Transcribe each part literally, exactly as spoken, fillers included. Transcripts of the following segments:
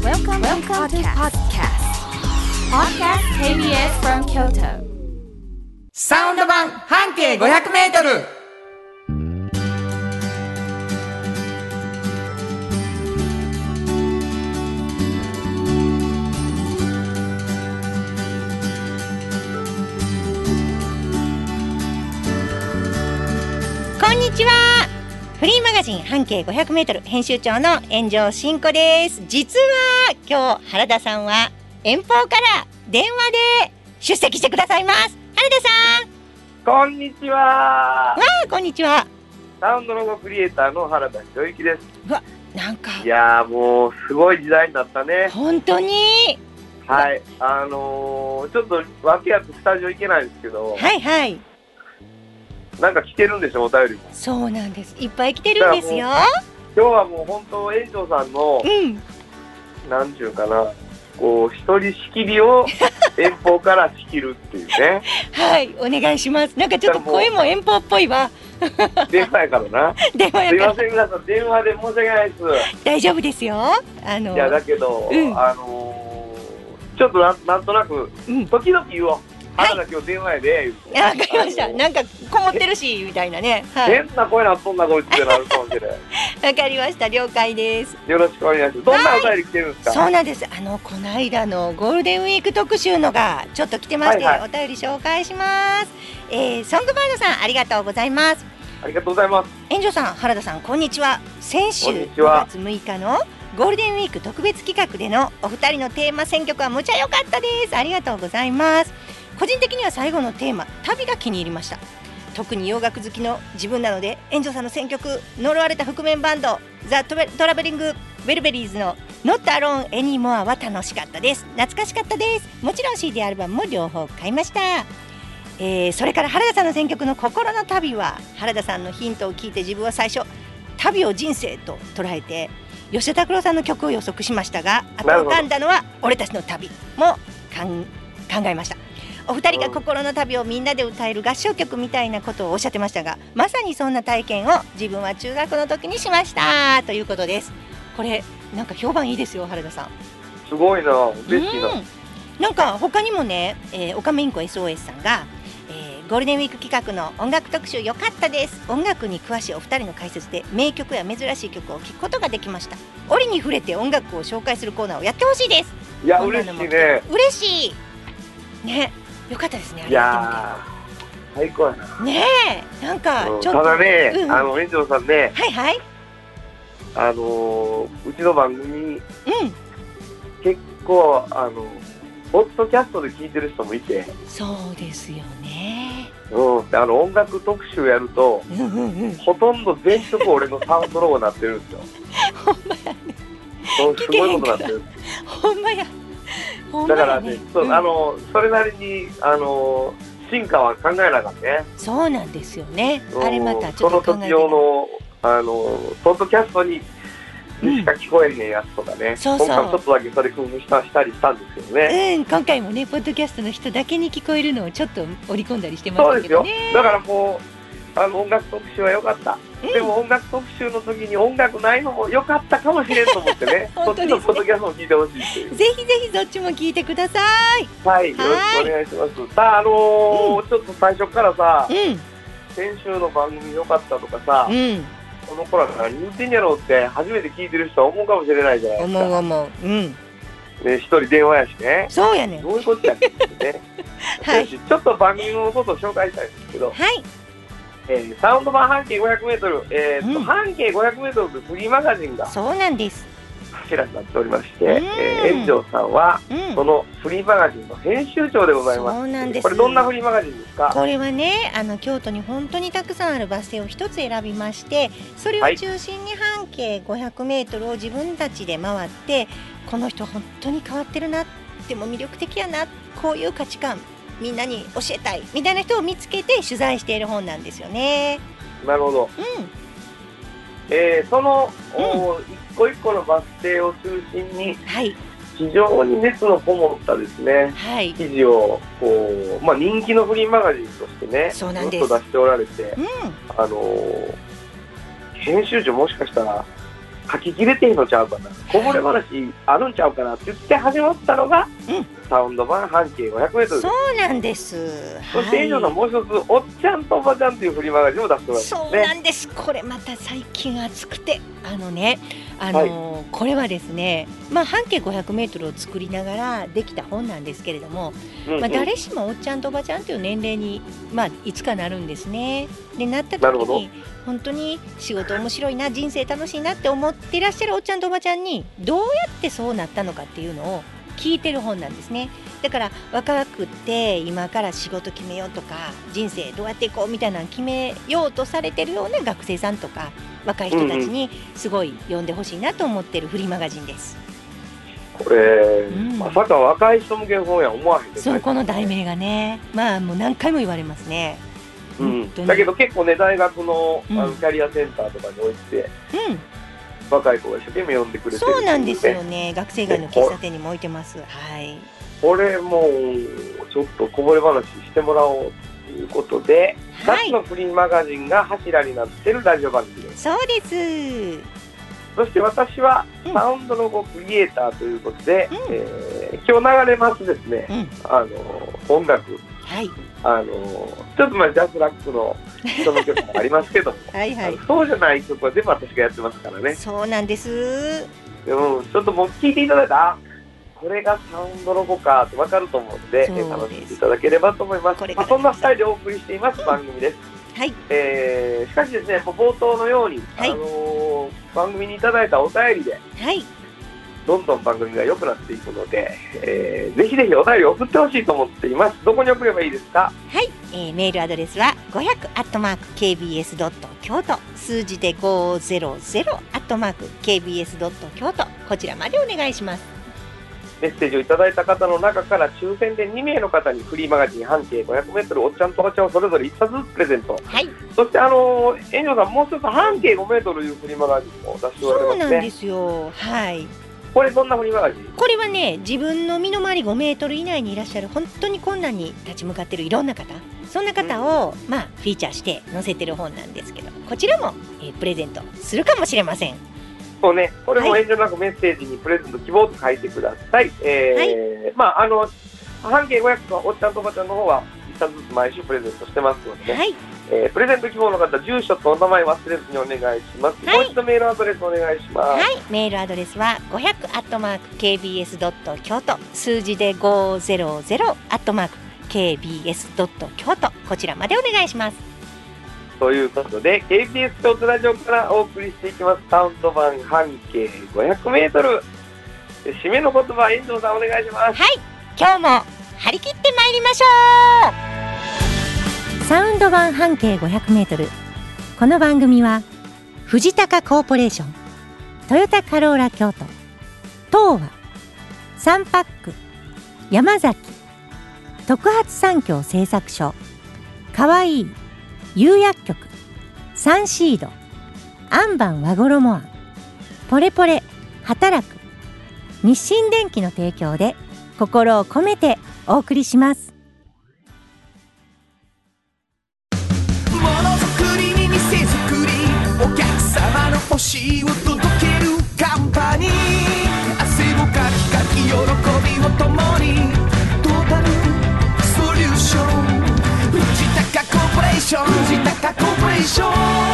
Welcome, Welcome to podcast. Podcast ケービーエス from Kyoto. サウンド版半径ごひゃくメートル。 こんにちは。フリーマガジン半径ごひゃくメートル編集長の炎上真子です。実は今日原田さんは遠方から電話で出席してくださいます。原田さん、 こんにちは。 わあ、こんにちは。 サウンドロゴクリエイターの原田博之です。 うわ、なんかいやーもうすごい時代になったね。 本当に。 はい、あのー、ちょっと訳あってスタジオ行けないですけど、 はいはい、 なんか来てるんでしょ、お便りも。 そうなんです。いっぱい来てるんですよ。 今日はもう本当園長さんの、 うん、 なんちゅうかな、こう一人仕切りを遠方から仕切るっていうね。 はい、お願いします。なんかちょっと声も遠方っぽいわ。 電話やからな。 電話やから。 すいません皆さん、電話で申し訳ないです。 大丈夫ですよ。あのいやだけど、 うん、 あのー、ちょっとな ん, なんとなく、うん、時々言おう。原田今日電話やで。 いや、わかりました。なんかこもってるしみたいなね。 はい、変な声なっとんなこいつってなるかもしれない。 わかりました。了解です。 よろしくお願いします。どんなお便り来てるんですか。 そうなんです。あのこの間のゴールデンウィーク特集のがちょっと来てまして、はいはい、お便り紹介します。えー、ソングバードさん、ありがとうございます。 ありがとうございます。 炎上さん、原田さん、こんにちは。先週ごがつむいかのゴールデンウィーク特別企画でのお二人のテーマ選曲はむちゃ良かったです。ありがとうございます。個人的には最後のテーマ、旅が気に入りました。特に洋楽好きの自分なので、炎上さんの選曲、呪われた覆面バンドザ・トラベリング・ウェルベリーズの Not Alone Anymore は楽しかったです。懐かしかったです。もちろん シーディー アルバムも両方買いました。えー、それから原田さんの選曲の心の旅は、原田さんのヒントを聞いて自分は最初旅を人生と捉えて吉田拓郎さんの曲を予測しましたが、あと浮かんだのは俺たちの旅もかん考えました。お二人が心の旅をみんなで歌える合唱曲みたいなことをおっしゃってましたが、まさにそんな体験を自分は中学の時にしましたということです。これなんか評判いいですよ、原田さん。 すごいな、嬉しいな。 うん、なんか他にもね、えー、オカメインコ エスオーエス さんが、えー、ゴールデンウィーク企画の音楽特集良かったです。音楽に詳しいお二人の解説で名曲や珍しい曲を聴くことができました。折に触れて音楽を紹介するコーナーをやってほしいです。 いや嬉しいね。 嬉しいね。よかったですね。あれやってみて。最高やな。 ねえ、なんかちょっと、 ただね、 うん、 あの園長さんね、 はいはい、 あのー、うちの番組、うん、結構あのポッドキャストで聞いてる人もいて、 そうですよね。 うん、あの音楽特集やると、うんうんうん、ほとんど全曲俺のサウンドロゴになってるんですよ。 ほんまやね。 すごいことになってる。 ほんまや。 だからね、そう、うん、あのそれなりにあの進化は考えなかったね。 そうなんですよね。あれまたちょっと考えて、 その時用のあのポッドキャストにしか聞こえへんやつとかね、うん、そうそう、今回ちょっとだけそれ工夫したしたりしたんですけどね。 うん、今回もねポッドキャストの人だけに聞こえるのをちょっと織り込んだりしてましたけどね。 そうですよ。だからもうあの音楽特集は良かった、うん、でも音楽特集の時に音楽ないのも良かったかもしれんと思ってね。そっちのポッドキャストも聞いてほしいっていう。 ぜひぜひそっちも聞いてください。 はい、よろしくお願いします。さあ、あのーうん、ちょっと最初からさ、うん、先週の番組良かったとかさ、うん、この子ら何言ってんやろうって初めて聞いてる人は思うかもしれないじゃないですか。 思う思う。うん。 ね、一人電話やしね。 そうやね。 どういうことやってね。はい、ちょっと番組のことを紹介したいんですけど、 はい。 えー、サウンド版半径ごひゃくメートル、えーとうん、半径ごひゃくメートルとフリーマガジンがそうなんです柱になっておりまして、えー、炎上さんは、うん、そのフリーマガジンの編集長でございます。 そうなんです。 これどんなフリーマガジンですか？ これはね、あの京都に本当にたくさんあるバス停を一つ選びまして、それを中心に半径ごひゃくメートルを自分たちで回って、この人本当に変わってるな、でも魅力的やな、こういう価値観みんなに教えたいみたいな人を見つけて取材している本なんですよね。 なるほど、うん、えー、その、うん、一個一個のバス停を中心に、はい、非常に熱のこもったですね、はい、記事をこう、まあ、人気のフリーマガジンとしてね、ずっと出しておられて、うん、あのー、編集長もしかしたら書ききれてへんのちゃうかな、こぼれ話あるんちゃうかなって言って始まったのが、うん、サウンド版半径 ごひゃくメートル です。 そうなんです。 そして遠藤さん、もう一つおっちゃんとおばちゃんというフリーマガジンを出してますね。 そうなんです。これまた最近熱くて、あのね、あのーはい、これはですね、まあ、半径 ごひゃくメートル を作りながらできた本なんですけれども、うんうん、まあ、誰しもおっちゃんとおばちゃんという年齢に、まあ、いつかなるんですね。でなった時に本当に仕事面白いな、人生楽しいなって思っていらっしゃるおっちゃんとおばちゃんにどうやってそうなったのかっていうのを聞いてる本なんですね。だから若くって今から仕事決めようとか人生どうやっていこうみたいなの決めようとされてるような学生さんとか若い人たちにすごい読んでほしいなと思ってるフリーマガジンです。 これ、うん、まさか若い人向けの本や思わへんで、 そう、この題名がね、まあもう何回も言われますね。 うん、だけど結構ね、大学 の, あのキャリアセンターとかに置いて、うん、若い子が一生懸命読んでくれてる、ね、 そうなんですよね。学生街の喫茶店にも置いてます。はい、 これもうちょっとこぼれ話してもらおうということで、はい、ふたつのフリーマガジンが柱になっているラジオ番組です。 そうです。 そして私はサウンドロゴクリエイターということで、うん、えー、今日流れますですね、うん、あの音楽、はい、あのちょっとまあジャズラックの人の曲もありますけどもはい、はい、そうじゃない曲は全部私がやってますからね。 そうなんです。 でもちょっともう聞いていただいたこれがサウンドロゴかって分かると思うので、で楽しんでいただければと思います。まあ、そんなふたりでお送りしています、うん、番組です。はい、えー、しかしですね、冒頭のように、はい、あのー、番組にいただいたお便りで、はい、どんどん番組が良くなっていくので、えー、ぜひぜひお便りを送ってほしいと思っています。どこに送ればいいですか？ はい、えー、メールアドレスはごひゃくアットマークケービーエスドット京都、数字でごひゃくアットマークケービーエスドット京都、こちらまでお願いします。 メッセージをいただいた方の中から抽選でにめいの方にフリーマガジン半径 ごひゃくメートル おっちゃんとおばちゃんをそれぞれいっさつずつプレゼント、はい、そしてあのー、遠藤さん、もう一つ半径 ごメートル というフリーマガジンを出しておられますね。 そうなんですよ。はい。 これどんなフリーマガジン？ これはね、自分の身の回りごメートル以内にいらっしゃる本当に困難に立ち向かっているいろんな方、そんな方を、うん、まあフィーチャーして載せてる本なんですけど、こちらも、えー、プレゼントするかもしれません。 そうね、これも遠慮なくメッセージにプレゼント希望と書いてください。えーはい、まああの半径ごひゃくのおっちゃんとおばちゃんの方はいっさつずつ毎週プレゼントしてますので、ね、はい、えー、プレゼント希望の方、住所とお名前忘れずにお願いします。はい、もう一度メールアドレスお願いします。 はい、メールアドレスはごひゃくアットマークケービーエスドット京都、数字でごひゃくアットマークケービーエスドット京都、こちらまでお願いします。 ということで ケービーエス 京都ラジオからお送りしていきますサウンド版半径 ごひゃくメートル、締めの言葉、遠藤さんお願いします。 はい、今日も張り切ってまいりましょう。サウンド版半径 ごひゃくメートル、 この番組は藤高コーポレーション、トヨタカローラ京都、東和、サンパック、山崎、特発産業製作所、かわいい釉薬局、サンシード、アンバン和衣あん、ポレポレ働く、日清電機の提供で心を込めてお送りします。 ものづくりに店づくり、お客様の欲しいを届けるカンパニー、汗をかきかき喜びを共に、トータルソリューション、藤高コーポレーション、藤高コーポレーション。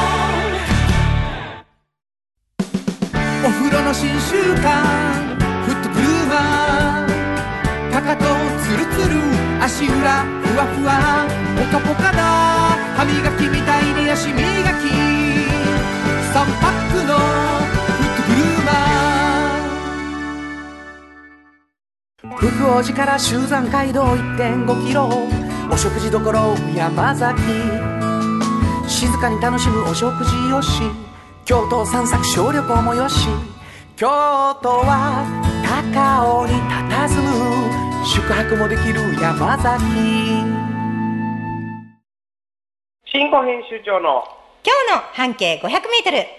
お風呂の新習慣フットブルーマー、かかとツルツル足裏ふわふわポカポカだ、歯磨きみたいに足磨き、さんパックのフットブルーマー。福王寺から集山街道 いってんごキロ、お食事処山崎、静かに楽しむお食事よし、京都散策小旅行もよし、京都は高尾に佇む宿泊もできる山崎。 新語編集長の今日の半径 ごひゃくメートル。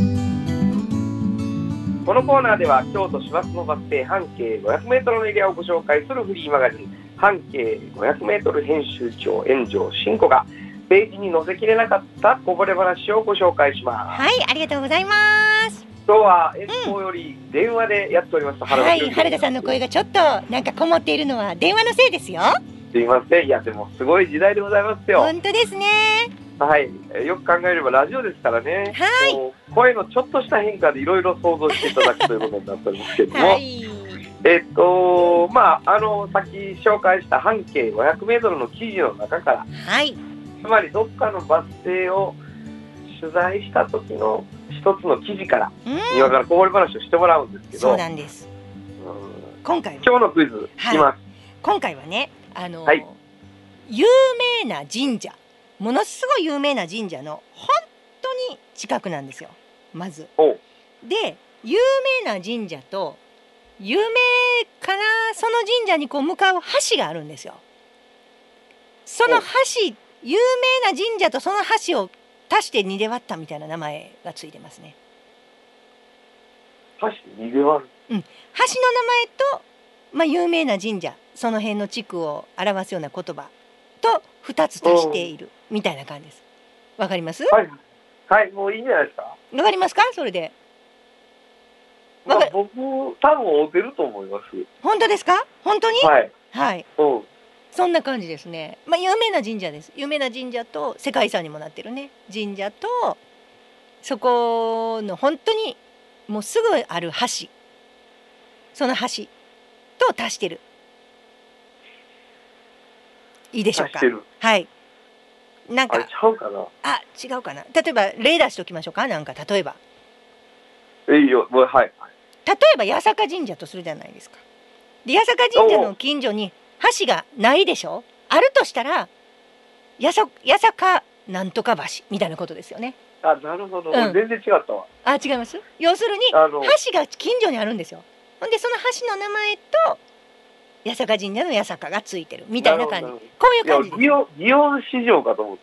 このコーナーでは京都市バスのバス停半径 ごひゃくメートルのエリアをご紹介するフリーマガジン半径 ごひゃくメートル 編集長炎上真子がページに載せきれなかったこぼれ話をご紹介します。 はい、ありがとうございます。 今日は遠方より電話でやっておりました、 うん、はい、原田さんの声がちょっとなんかこもっているのは電話のせいですよ。 すいません。いやでもすごい時代でございますよ。 本当ですね。 はい、よく考えればラジオですからね、はい、声のちょっとした変化でいろいろ想像していただくということになっておりますけれども、はい、えっとまああのさっき紹介した半径ごひゃくメートルの記事の中から、はい、つまりどっかのバス停を取材した時の一つの記事から、うん、今からこぼれ話をしてもらうんですけど、 そうなんです、うん、今回今日のクイズ、はい、いきます。 今回はね、あのーはい、有名な神社、ものすごい有名な神社の本当に近くなんですよ。まずで、有名な神社と有名からその神社にこう向かう橋があるんですよ。その橋、有名な神社とその橋を足してにで割ったみたいな名前がついてますね。 橋にで割る、 うん、橋の名前と、まあ、有名な神社、その辺の地区を表すような言葉とふたつ足しているみたいな感じです。わかります？ はい、はい、もういいんじゃないですか。 わかりますか？それで、 まあ、僕多分合うてると思います。 本当ですか？本当に？ はい、 はい、 うん、 そんな感じですね。まあ、有名な神社です。有名な神社と世界遺産にもなってるね神社と、そこの本当にもうすぐある橋、その橋と足してる。いいでしょうか。はい。なんか、 あれちゃうかな。 あ、違うかな。例えば例出しておきましょうか。なんか例えば。 えいよ、もうはい。 例えば八坂神社とするじゃないですか。で、八坂神社の近所に橋がないでしょ。あるとしたら八坂、八坂なんとか橋みたいなことですよね。 あ、なるほど。うん、全然違ったわ。 あ、違います。要するに橋が近所にあるんですよ。ほんでその橋の名前と八坂神社の八坂がついてるみたいな感じ。こういう感じです。 祇園、祇園市場かと思った。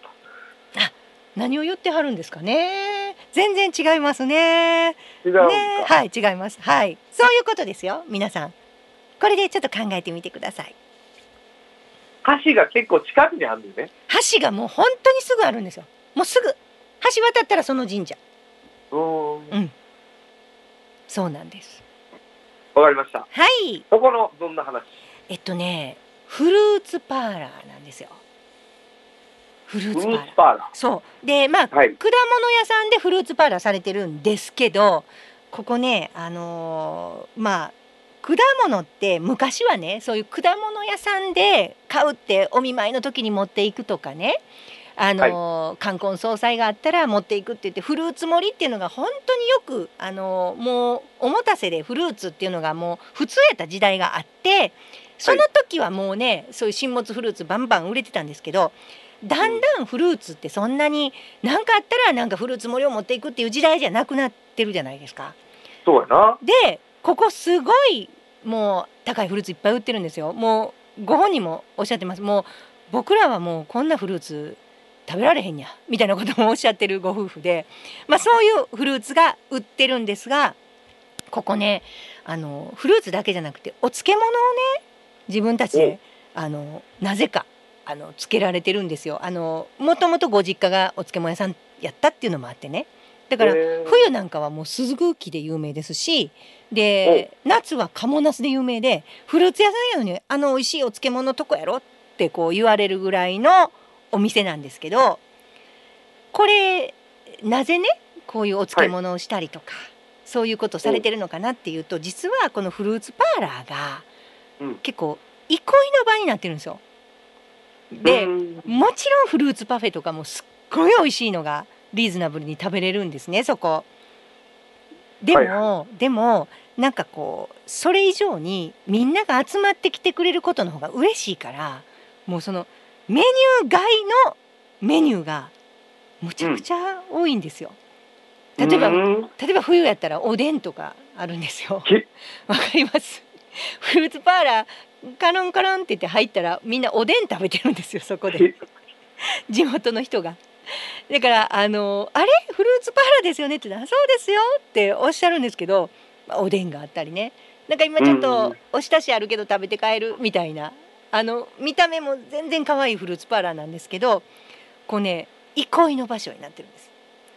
あ、何を言ってはるんですかね。全然違いますね。 違うんか、 ね、はい、違います。はい、そういうことですよ。皆さんこれでちょっと考えてみてください。 橋が結構近くにあるんですね。 橋がもう本当にすぐあるんですよ。もうすぐ橋渡ったらその神社。 うん、うん、 そうなんです。 わかりました。 はい。 そこのどんな話？ えっとね、フルーツパーラーなんですよ。フルーツパーラー。 パーラー。 そうで、まあ、はい、果物屋さんでフルーツパーラーされてるんですけど、ここね、あのー、まあ果物って昔はね、そういう果物屋さんで買うってお見舞いの時に持っていくとかね、あのーはい、冠婚葬祭があったら持っていくって言って、フルーツ盛りっていうのが本当によく、あのー、もうおもたせでフルーツっていうのがもう普通やった時代があって、その時はもうね、はい、そういう新物フルーツバンバン売れてたんですけど、だんだんフルーツってそんなに何かあったらなんかフルーツ盛りを持っていくっていう時代じゃなくなってるじゃないですか。 そうやな。 で、ここすごいもう高いフルーツいっぱい売ってるんですよ。もうご本人もおっしゃってます。もう僕らはもうこんなフルーツ食べられへんやみたいなこともおっしゃってるご夫婦で、まあ、そういうフルーツが売ってるんですが、ここね、あのフルーツだけじゃなくてお漬物をね、自分たちであのなぜかあのつけられてるんですよ。あのもともとご実家がお漬物屋さんやったっていうのもあってね。だから冬なんかはもう鈴茎で有名ですし、で夏は賀茂ナスで有名で、フルーツ屋さんやのにあの美味しいお漬物のとこやろってこう言われるぐらいのお店なんですけど、これなぜねこういうお漬物をしたりとか、はい、そういうことされてるのかなっていうと、実はこのフルーツパーラーが結構憩いの場になってるんですよ。でもちろんフルーツパフェとかもすっごい美味しいのがリーズナブルに食べれるんですね、そこでも、はい、でもなんかこうそれ以上にみんなが集まってきてくれることの方が嬉しいから、もうそのメニュー外のメニューがむちゃくちゃ多いんですよ。例えば、例えば冬やったらおでんとかあるんですよ。わかります？フルーツパーラーカロンカロンって言って入ったらみんなおでん食べてるんですよ、そこで地元の人が。だからあのあれフルーツパーラーですよねって言ったら、そうですよっておっしゃるんですけど、おでんがあったりね、なんか今ちょっとおひたしあるけど食べて帰るみたいな、あの見た目も全然可愛いフルーツパーラーなんですけど、こうね憩いの場所になってるんです。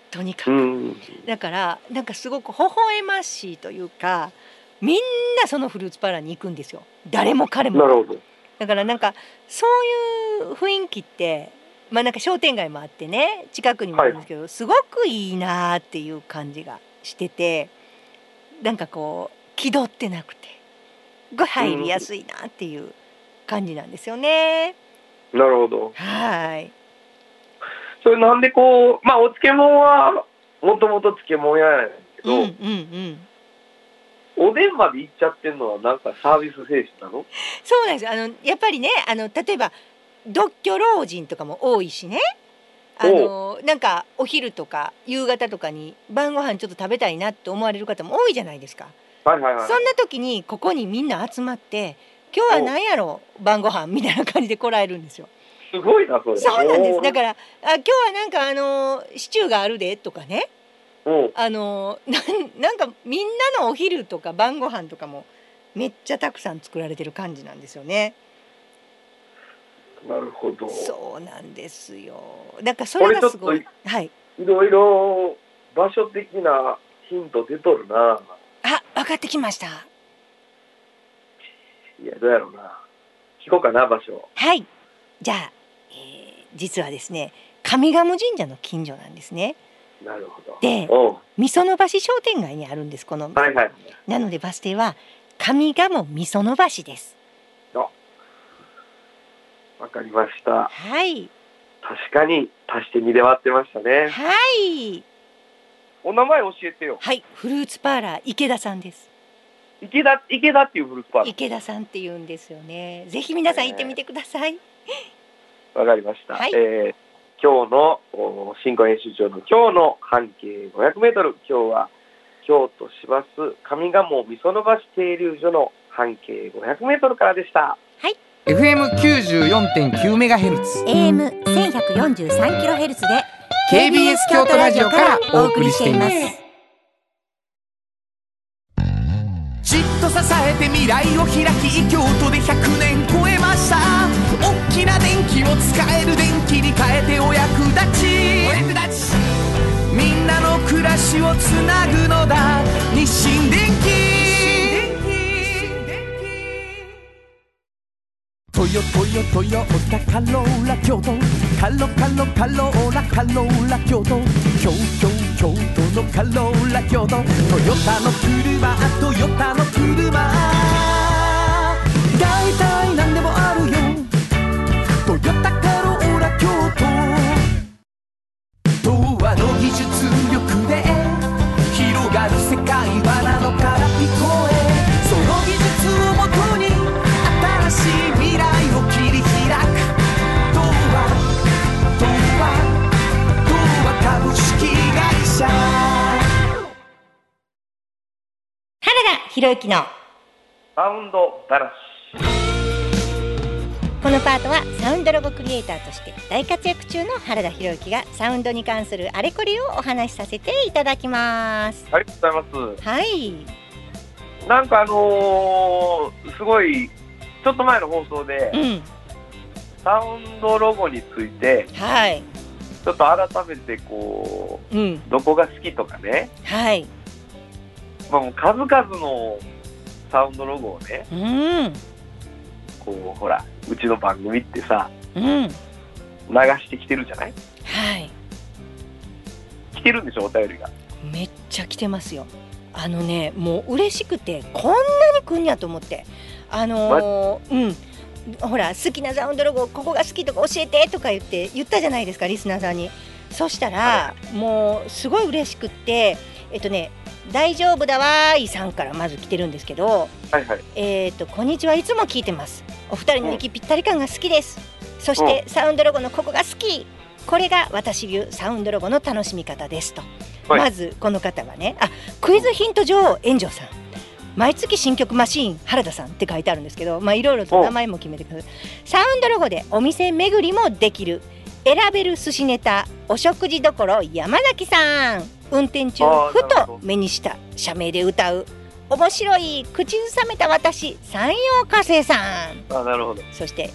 とにかく、うん、だからなんかすごく微笑ましいというか、みんなそのフルーツパーラーに行くんですよ、誰も彼も。 なるほど。 だからなんかそういう雰囲気って、まあなんか商店街もあってね、近くにもあるんですけど、はい、すごくいいなっていう感じがしてて、なんかこう気取ってなくてご入りやすいなっていう感じなんですよね。 なるほど。 はい。 それなんでこう、まあお漬物はもともと漬物屋なんですけど、うんうんうん、おでんまで行っちゃってるのはなんかサービス精神なの？ そうなんですよ。あのやっぱりね、あの例えば独居老人とかも多いしね、あのなんかお昼とか夕方とかに晩ご飯ちょっと食べたいなって思われる方も多いじゃないですか。 はいはいはい、 そんな時にここにみんな集まって今日は何やろう晩ご飯みたいな感じで来られるんですよ。 すごいなそれ。 そうなんです。だからあ今日はなんかあのシチューがあるでとかね、あの な, なんかみんなのお昼とか晩ご飯とかもめっちゃたくさん作られてる感じなんですよね。 なるほど。 そうなんですよ。だからそれがすごい、はい、 いろいろ場所的なヒント出とるな。 あ、分かってきました。 いやどうやろうな。聞こうかな場所。 はい。じゃあ、えー、実はですね、上賀茂神社の近所なんですね。 なるほど。 で、みその橋商店街にあるんですこの。 はいはい。 なのでバス停は上賀茂みその橋です。 あ、わかりました。 はい。 確かに足してにで割ってましたね。 はい。 お名前教えてよ。 はい、フルーツパーラー池田さんです。 池田池田っていうフルーツパーラー。 池田さんっていうんですよね。ぜひ皆さん行ってみてください。 わかりました。 はい、 えー、今日の新語編集長の今日の半径ごひゃくメートル、今日は京都市バス上賀茂みその橋停留所の半径ごひゃくメートルからでした。 はい。 エフエムきゅうじゅうよんてんきゅうメガヘルツ、 エーエムせんひゃくよんじゅうさんキロヘルツ でケービーエス 京都ラジオからお送りしています。じっと支えて未来を開き、京都でひゃくねん超えました。大きな電気を使える電気に変えてお役立ち、お役立ちみんなの暮らしをつなぐのだ日清電気。トヨトヨトヨタカローラ京都、カロカロカローラカローラ京都、京京京都のカローラ京都、トヨタの車トヨタの車、だいたいなんでもあるよトヨタカローラ京都、童話の技術力で広がる世界はなのから聞こえ、その技術をもとに新しい未来を切り開く、東和東和東和株式会社。 原田博之のサウンド話。 このパートはサウンドロゴクリエイターとして大活躍中の原田博之がサウンドに関するあれこれをお話しさせていただきます。 ありがとうございます。 はい。 なんかあのー、すごいちょっと前の放送で、うん、サウンドロゴについて、はい、ちょっと改めてこう、うん、どこが好きとかね、はい、まあ、もう数々のサウンドロゴをね、うん、こうほらうちの番組ってさ、うん、流してきてるじゃない。はい。来てるんでしょお便りが。 めっちゃ来てますよ。あのね、もう嬉しくてこんなに来んやと思って。あのー、うん、ほら好きなサウンドロゴここが好きとか教えてとか言って言ったじゃないですかリスナーさんに。そしたら、はい、もうすごい嬉しくってえっとね大丈夫だわーいさんからまず来てるんですけど、はいはい、えっとこんにちはいつも聞いてます。お二人の息ぴったり感が好きです。そしてサウンドロゴのここが好き、これが私流サウンドロゴの楽しみ方ですと、はい、まずこの方がね、あ、クイズヒント女王炎上さん、毎月新曲マシーン原田さんって書いてあるんですけど、まあいろいろと名前も決めてください。サウンドロゴでお店巡りもできる、選べる寿司ネタお食事どころ山崎さん、運転中ふと目にした社名で歌う面白い口ずさめた私山陽火星さん、 あ、なるほど。 そして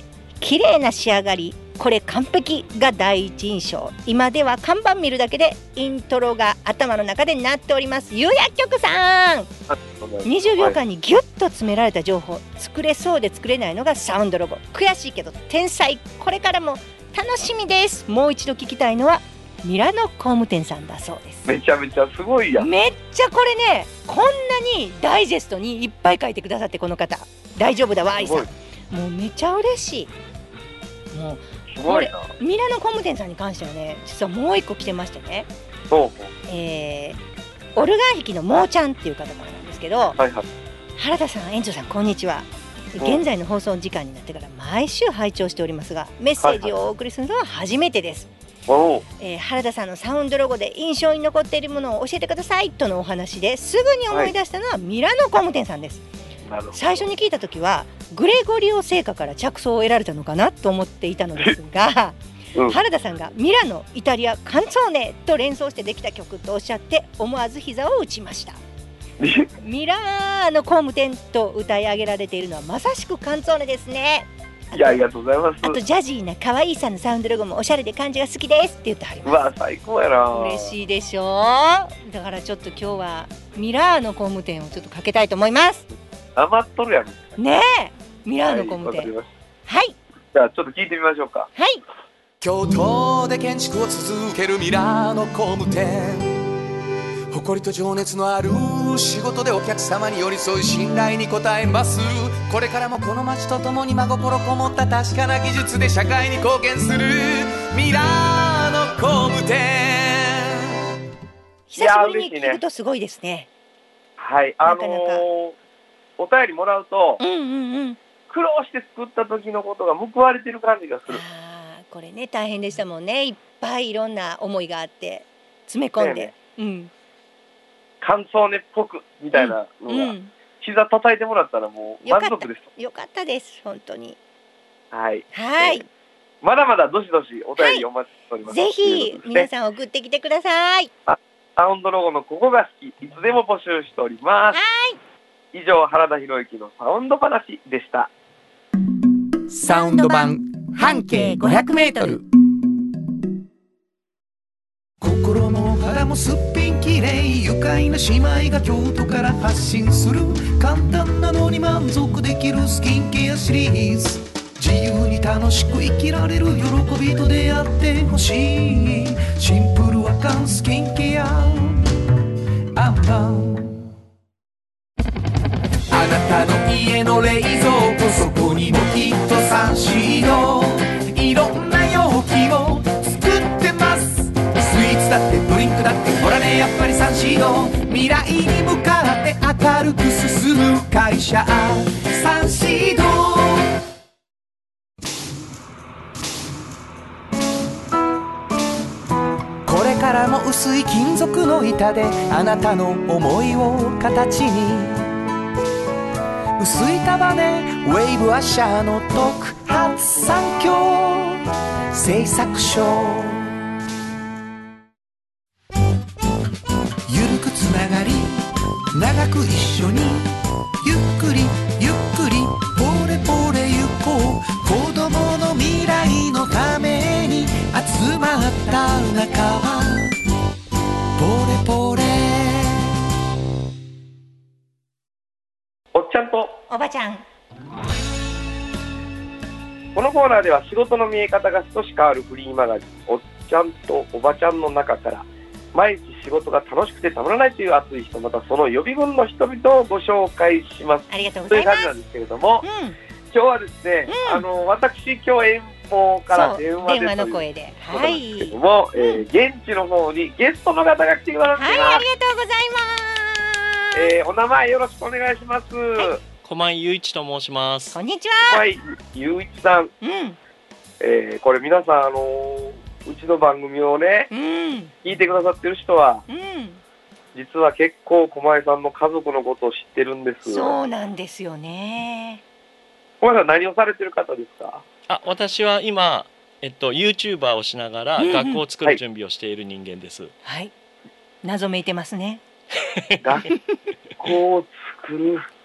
綺麗な仕上がり、これ完璧が第一印象。今では看板見るだけでイントロが頭の中で鳴っております。有薬局さん、にじゅうびょうかんにギュッと詰められた情報、作れそうで作れないのがサウンドロゴ。悔しいけど天才、これからも楽しみです。もう一度聞きたいのはミラノ工務店さんだそうです。 めちゃめちゃすごいやん。 めっちゃこれね、こんなにダイジェストにいっぱい書いてくださって、この方大丈夫だわ愛さん、もうめちゃ嬉しい。もうすごいな。 ミラノ工務店さんに関してはね、実はもう一個来てましてね、 そう、 えー、オルガン弾きのモーちゃんっていう方からなんですけど、はいはい、原田さん、園長さん、こんにちは。現在の放送時間になってから毎週拝聴しておりますが、メッセージをお送りするのは初めてです。はいはい、えー、原田さんのサウンドロゴで印象に残っているものを教えてくださいとのお話ですぐに思い出したのはミラノ工務店さんです。最初に聞いた時はグレゴリオ聖歌から着想を得られたのかなと思っていたのですが、うん、原田さんがミラノ、イタリア、カンツォーネと連想してできた曲とおっしゃって思わず膝を打ちました。ミラーノ工務店と歌い上げられているのはまさしくカンツォーネですね。 いや、ありがとうございます。 あとジャジーな可愛いさんのサウンドロゴもおしゃれで感じが好きですって言ってはります。 うわ、最高やな。 嬉しいでしょう。だからちょっと今日はミラーノ工務店をちょっとかけたいと思います。 余っとるやんねえ、ミラーノ工務店。はい、はい、 じゃあちょっと聞いてみましょうか。 はい。 京都で建築を続けるミラーノ工務店、誇りと情熱のある仕事でお客様に寄り添い信頼に応えます。これからもこの街とともに真心こもった確かな技術で社会に貢献するミラーノ工務店。 久しぶりに聞くとすごいですね。 はい、あのー、お便りもらうと、 うんうんうん、 苦労して作った時のことが報われてる感じがする。 あ、これね大変でしたもんね。いっぱいいろんな思いがあって詰め込んで、ね、うん、 感想ねっぽくみたいなのが、うんうん、膝叩いてもらったらもう満足です。 よかったです、本当に。 はい、 はい、 えー、まだまだどしどしお便りお待ちしております。 はい、ぜひ皆さん送ってきてください。 サウンドロゴのここが好き、いつでも募集しております。 はい、 以上、原田博之のサウンド話でした。 サウンド版半径ごひゃくメートル。心も肌もすっぴんきれい、愉快な姉妹が京都から発信する簡単なのに満足できるスキンケアシリーズ。自由に楽しく生きられる喜びと出会ってほしい。シンプルアカンスキンケアアンパン。あなたの家の冷蔵庫、そこにもきっとサンシード。いろんな容器を作ってます。スイーツだってドリンクだってほらね、やっぱりサンシード。未来に向かって明るく進む会社サンシード。これからも薄い金属の板であなたの思いを形に。薄い束ねウェーブアッシャーの特発産業製作所。ゆるくつながり長く一緒に、ゆっくりゆっくりポレポレ行こう。子供の未来のために集まった仲間ポレポレ。 おっちゃんとおばちゃん。 このコーナーでは仕事の見え方が少し変わるフリーマガジンおっちゃんとおばちゃんの中から毎日仕事が楽しくてたまらないという熱い人、またその予備軍の人々をご紹介します。 ありがとうございます。 という感じなんですけれども、 うん、 今日はですね、うん、あの私今日遠方から電話で電話の声で、 はい、ですけども、えー、現地の方にゲストの方が来てくださっています。 はい、ありがとうございます。 えー、お名前よろしくお願いします。はい、 駒井雄一と申します。 こんにちは。 駒井雄一さん、 うん、 えー、これ皆さん、あのー、うちの番組をね、うん、聞いてくださってる人は、うん、実は結構駒井さんの家族のことを知ってるんです。 そうなんですよね。 駒井さん何をされてる方ですか？ あ、私は今、えっと、YouTuber をしながら学校を作る準備をしている人間です。 うんうん、はい、謎めいてますね。 学校を作る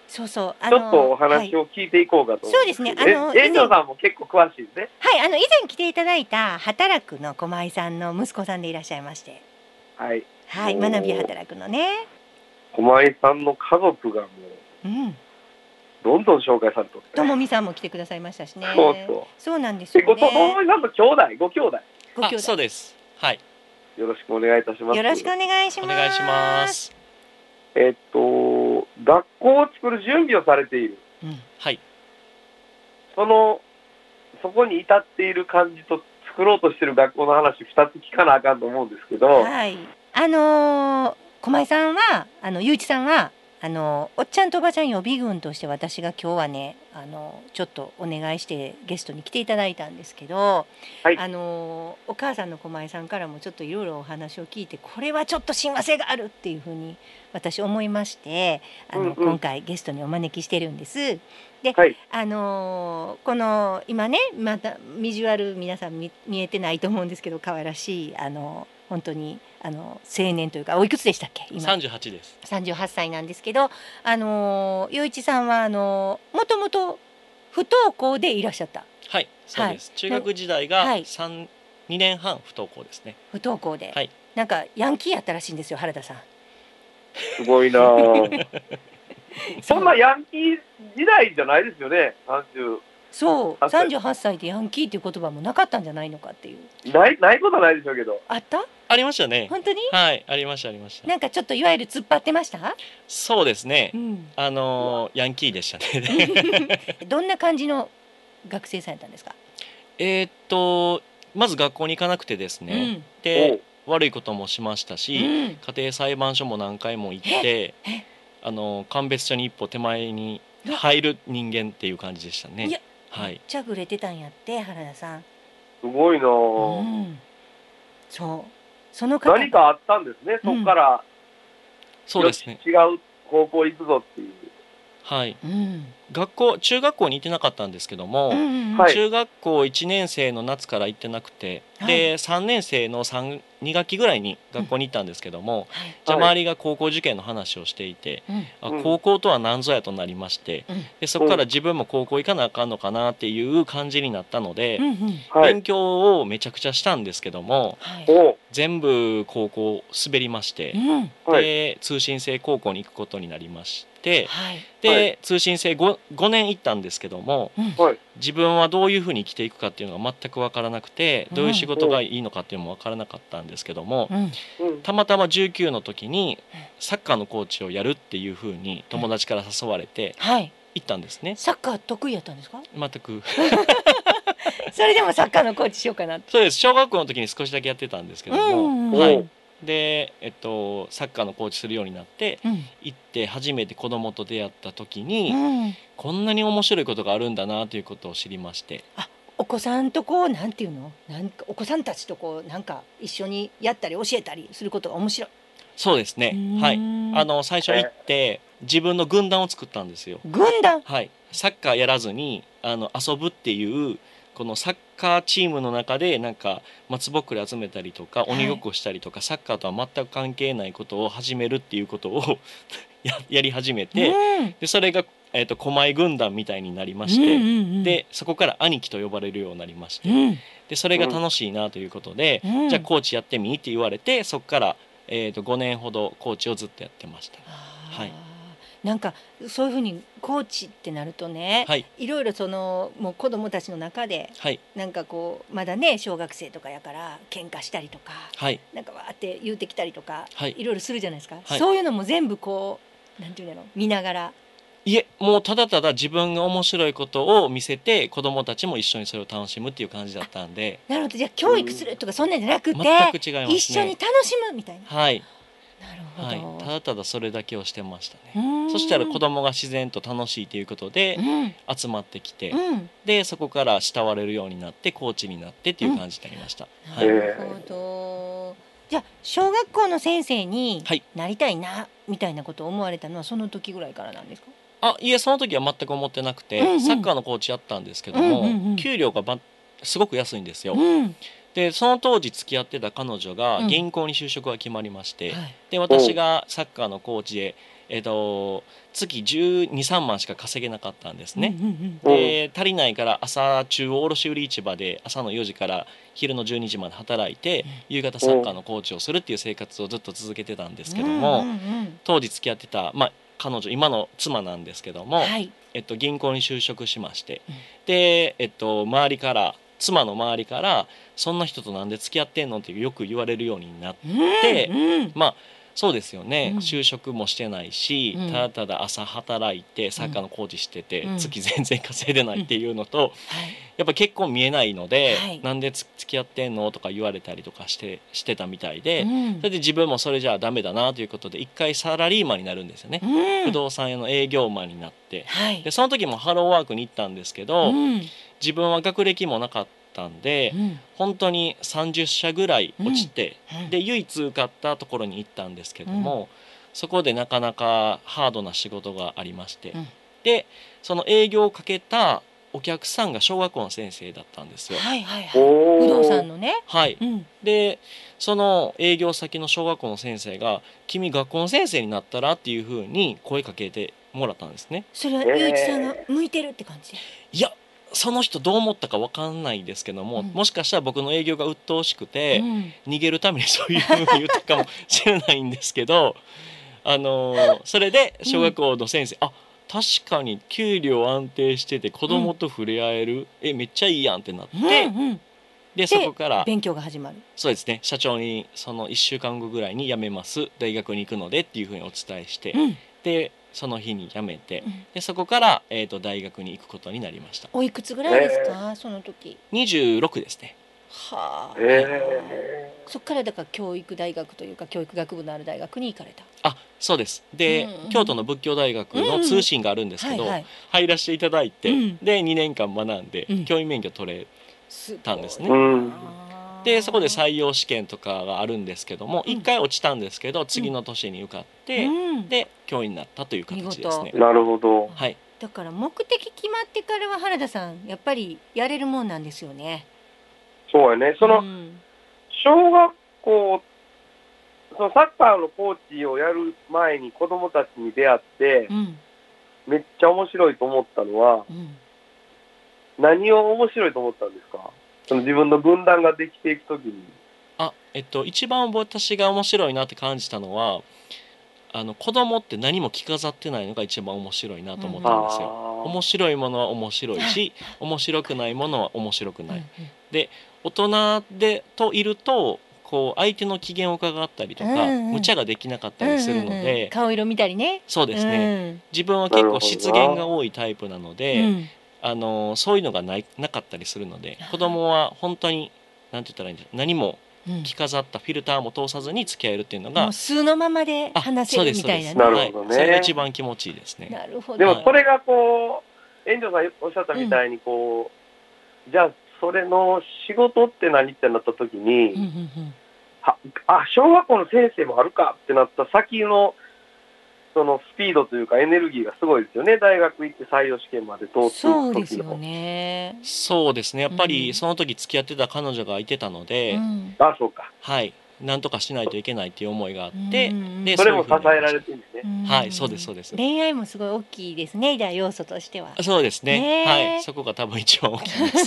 そうそう、 あのー、ちょっとお話を聞いていこうかと思う、はい、そうですね。あの遠藤さんも結構詳しいですね。 はい、あの以前来ていただいた働くの駒井さんの息子さんでいらっしゃいまして、 はい、 はい、学び働くのね。 駒井さんの家族がもう、うん、どんどん紹介されて、ね、 ともみさんも来てくださいましたしね。 そうそう、 そうなんですよね。 ともみさんと兄弟、ご兄弟。 ご兄弟。 そうです。はい。 よろしくお願いいたします。 よろしくお願いします。 お願いします。 えっと学校を作る準備をされている。 うん、はい。 そのそこに至っている感じと作ろうとしている学校の話ふたつ聞かなあかんと思うんですけど。 はい。あのー、駒井さんはあのゆういちさんは。あのおっちゃんとおばちゃん予備軍として私が今日はねあのちょっとお願いしてゲストに来ていただいたんですけど、はい、あのお母さんの駒井さんからもちょっといろいろお話を聞いてこれはちょっと親和性があるっていうふうに私思いましてあの、うんうん、今回ゲストにお招きしてるんです。で、はい、あのこの今ねまたビジュアル皆さん 見, 見えてないと思うんですけど可愛らしいあの本当にあの青年というかおいくつでしたっけ今？ さんじゅうはちです。 さんじゅうはっさいなんですけど、あのゆういちさんはあのもともと不登校でいらっしゃった。 はい、そうです。はい、中学時代がさん、にねんはん不登校ですね。 不登校で、 はい、 なんかヤンキーやったらしいんですよ原田さん。 すごいな。そんなヤンキー時代じゃないですよね。さんじゅうそうさんじゅうはっさいでヤンキーっていう言葉もなかったんじゃないのかっていう。 ないないことはないでしょうけど。 あった？ ありましたね。 本当に？ はい、ありましたありました。 なんかちょっといわゆる突っ張ってました？ そうですね。うん、あのヤンキーでしたね。 どんな感じの学生さんやったんですか？ えー、っとまず学校に行かなくてですね。うん、で悪いこともしましたし、うん、家庭裁判所も何回も行って、あの鑑別所に一歩手前に入る人間っていう感じでしたね。 いや、はい、めっちゃグレてたんやって原田さん。 すごいな、うん、 そうその方何かあったんですね、そこから、うん、 そうですね、 違う高校行くぞっていう。 はい、うん、学校中学校に行ってなかったんですけども、うんうん、中学校いちねんせいの夏から行ってなくて、はい、でさんねんせいのにがきぐらいに学校に行ったんですけども、うんはい、じゃあ周りが高校受験の話をしていて、はい、あ高校とは何ぞやとなりまして、うん、でそこから自分も高校行かなあかんのかなっていう感じになったので、うんうん、勉強をめちゃくちゃしたんですけども、はい、全部高校滑りまして、うん、で通信制高校に行くことになりまして、はい、で、はい、通信制 5, ごねん行ったんですけども、うん、自分はどういうふうに生きていくかっていうのが全く分からなくて、どういう仕事がいいのかっていうのも分からなかったんですけども、うん、たまたまじゅうきゅうの時にサッカーのコーチをやるっていうふうに友達から誘われて行ったんですね。 サッカー得意やったんですか？ 全くそれでもサッカーのコーチしようかなって。 そうです。小学校の時に少しだけやってたんですけども、うんうん、はい、で、えっと、サッカーのコーチするようになって、うん、行って初めて子供と出会った時に、うん、こんなに面白いことがあるんだなということを知りまして。 あ、お子さんとこうなんていうの、なんかお子さんたちとこうなんか一緒にやったり教えたりすることが面白い。 そうですね。はい。あの最初行って自分の軍団を作ったんですよ。 軍団？ はい。サッカーやらずにあの遊ぶっていうこのサッカーチームの中でなんか松ぼっくり集めたりとか鬼ごっこしたりとか、はい、サッカーとは全く関係ないことを始めるっていうことをや, やり始めて、うん、でそれが、えーと、狛江軍団みたいになりまして、うんうんうん、でそこから兄貴と呼ばれるようになりまして、うん、でそれが楽しいなということで、うん、じゃあコーチやってみって言われて、そこから、えーと、ごねんほどコーチをずっとやってました。はい、 なんかそういうふうにコーチってなるとね、はい、いろいろそのもう子どもたちの中で、はい、なんかこうまだね小学生とかやから喧嘩したりとか、はい、なんかわーって言うてきたりとか、はい、いろいろするじゃないですか、はい、そういうのも全部こうなんていうの見ながら。 いえ、もうただただ自分が面白いことを見せて子どもたちも一緒にそれを楽しむっていう感じだったんで。 なるほど。じゃあ教育するとかそんなんじゃなくて、 全く違いますね。 一緒に楽しむみたいな。 はい、 なるほど、 はい、ただただそれだけをしてましたね。そしたら子供が自然と楽しいということで集まってきて、うん、でそこから慕われるようになってコーチになってっていう感じになりました。 うん、はい、なるほど。じゃあ小学校の先生になりたいな、はい、みたいなことを思われたのはその時ぐらいからなんですか？ あ、いえ、その時は全く思ってなくて、うんうん、サッカーのコーチやったんですけども、うんうんうん、給料がばすごく安いんですよ。うん、でその当時付き合ってた彼女が銀行に就職が決まりまして、うんはい、で私がサッカーのコーチで、 えっと、月じゅうに、さんまんしか稼げなかったんですね、うんうんうん、で足りないから朝中央卸売市場で朝のよじから昼のじゅうにじまで働いて、うん、夕方サッカーのコーチをするっていう生活をずっと続けてたんですけども、うんうんうん、当時付き合ってた、まあ、彼女今の妻なんですけども、はい、えっと、銀行に就職しまして、うん、で、えっと、周りから妻の周りからそんな人となんで付き合ってんのってよく言われるようになって、うんうん、まあそうですよね、うん、就職もしてないし、うん、ただただ朝働いてサッカーのコーチしてて、うん、月全然稼いでないっていうのと、うん、やっぱ結婚見えないので、はい、なんで付き合ってんのとか言われたりとかしてしてたみたいで、うん、それで自分もそれじゃダメだなということで一回サラリーマンになるんですよね、うん、不動産屋の営業マンになって、はい、でその時もハローワークに行ったんですけど、うん、自分は学歴もなかったんで、うん、本当にさんじゅっしゃぐらい落ちて、うん、で唯一受かったところに行ったんですけども、うん、そこでなかなかハードな仕事がありまして、うん、でその営業をかけたお客さんが小学校の先生だったんですよ。 はいはいはい、不動産のね。 はい、うん、でその営業先の小学校の先生が「君学校の先生になったら?」っていうふうに声かけてもらったんですね。 それはゆういちさんが向いてるって感じで、 いやその人どう思ったか分かんないですけども、うん、もしかしたら僕の営業が鬱陶しくて、うん、逃げるためにそういうふうに言ったかもしれないんですけどあのー、それで小学校の先生、うん、あ確かに給料安定してて子供と触れ合える、うん、えめっちゃいいやんってなって、うんうん、でそこから勉強が始まる。 そうですね、社長にそのいっしゅうかんごぐらいに辞めます大学に行くのでっていうふうにお伝えして、うん、でその日に辞めて、うん、でそこから、えーと、大学に行くことになりました。 おいくつぐらいですか、えー、その時。 にじゅうろくですね。 はあ、えー、そこからだから教育大学というか教育学部のある大学に行かれた。 あそうです。で、うんうん、京都の仏教大学の通信があるんですけど、うんうんはいはい、入らせていただいて、うん、でにねんかん学んで、うん、教員免許取れたんですね。うんでそこで採用試験とかがあるんですけども、いっかい落ちたんですけど次の年に受かって、うん、で教員になったという形ですね。 なるほど、 はい、 だから目的決まってからは原田さんやっぱりやれるもんなんですよね。 そうやね。その、うん、小学校そのサッカーのコーチをやる前に子どもたちに出会って、うん、めっちゃ面白いと思ったのは、うん、何を面白いと思ったんですか？その自分の分断ができていくときに。 あ、えっと、一番私が面白いなって感じたのはあの子供って何も着飾ってないのが一番面白いなと思ったんですよ、うん、面白いものは面白いし面白くないものは面白くない、うん、で大人でといるとこう相手の機嫌を伺ったりとか、うんうん、無茶ができなかったりするので、うんうんうん、 顔色見たりね。 そうですね、うん、自分は結構失言が多いタイプなので、うん、あのそういうのがないなかったりするので子供は本当に何て言ったらいいんですか、何も着飾ったフィルターも通さずに付き合えるっていうのが、 もう素のままで話せるみたいなね。 なるほどね、 それが一番気持ちいいですね。 なるほど。 でもそれがこう園長さんおっしゃったみたいにこう、うん、じゃあそれの仕事って何ってなった時に、うんうんうん、はあ小学校の先生もあるかってなった先のそのスピードというかエネルギーがすごいですよね。大学行って採用試験まで通っていく時の。 そうですよね。 そうですね。やっぱりその時付き合ってた彼女がいてたので、うん、 あそうか。 はい。なんとかしないといけないっていう思いがあって、 でそれも支えられてるんですね。 はい、そうですそうです。 恋愛もすごい大きいですね。じゃあ要素としては。 そうですね。はい。そこが多分一番大きいです。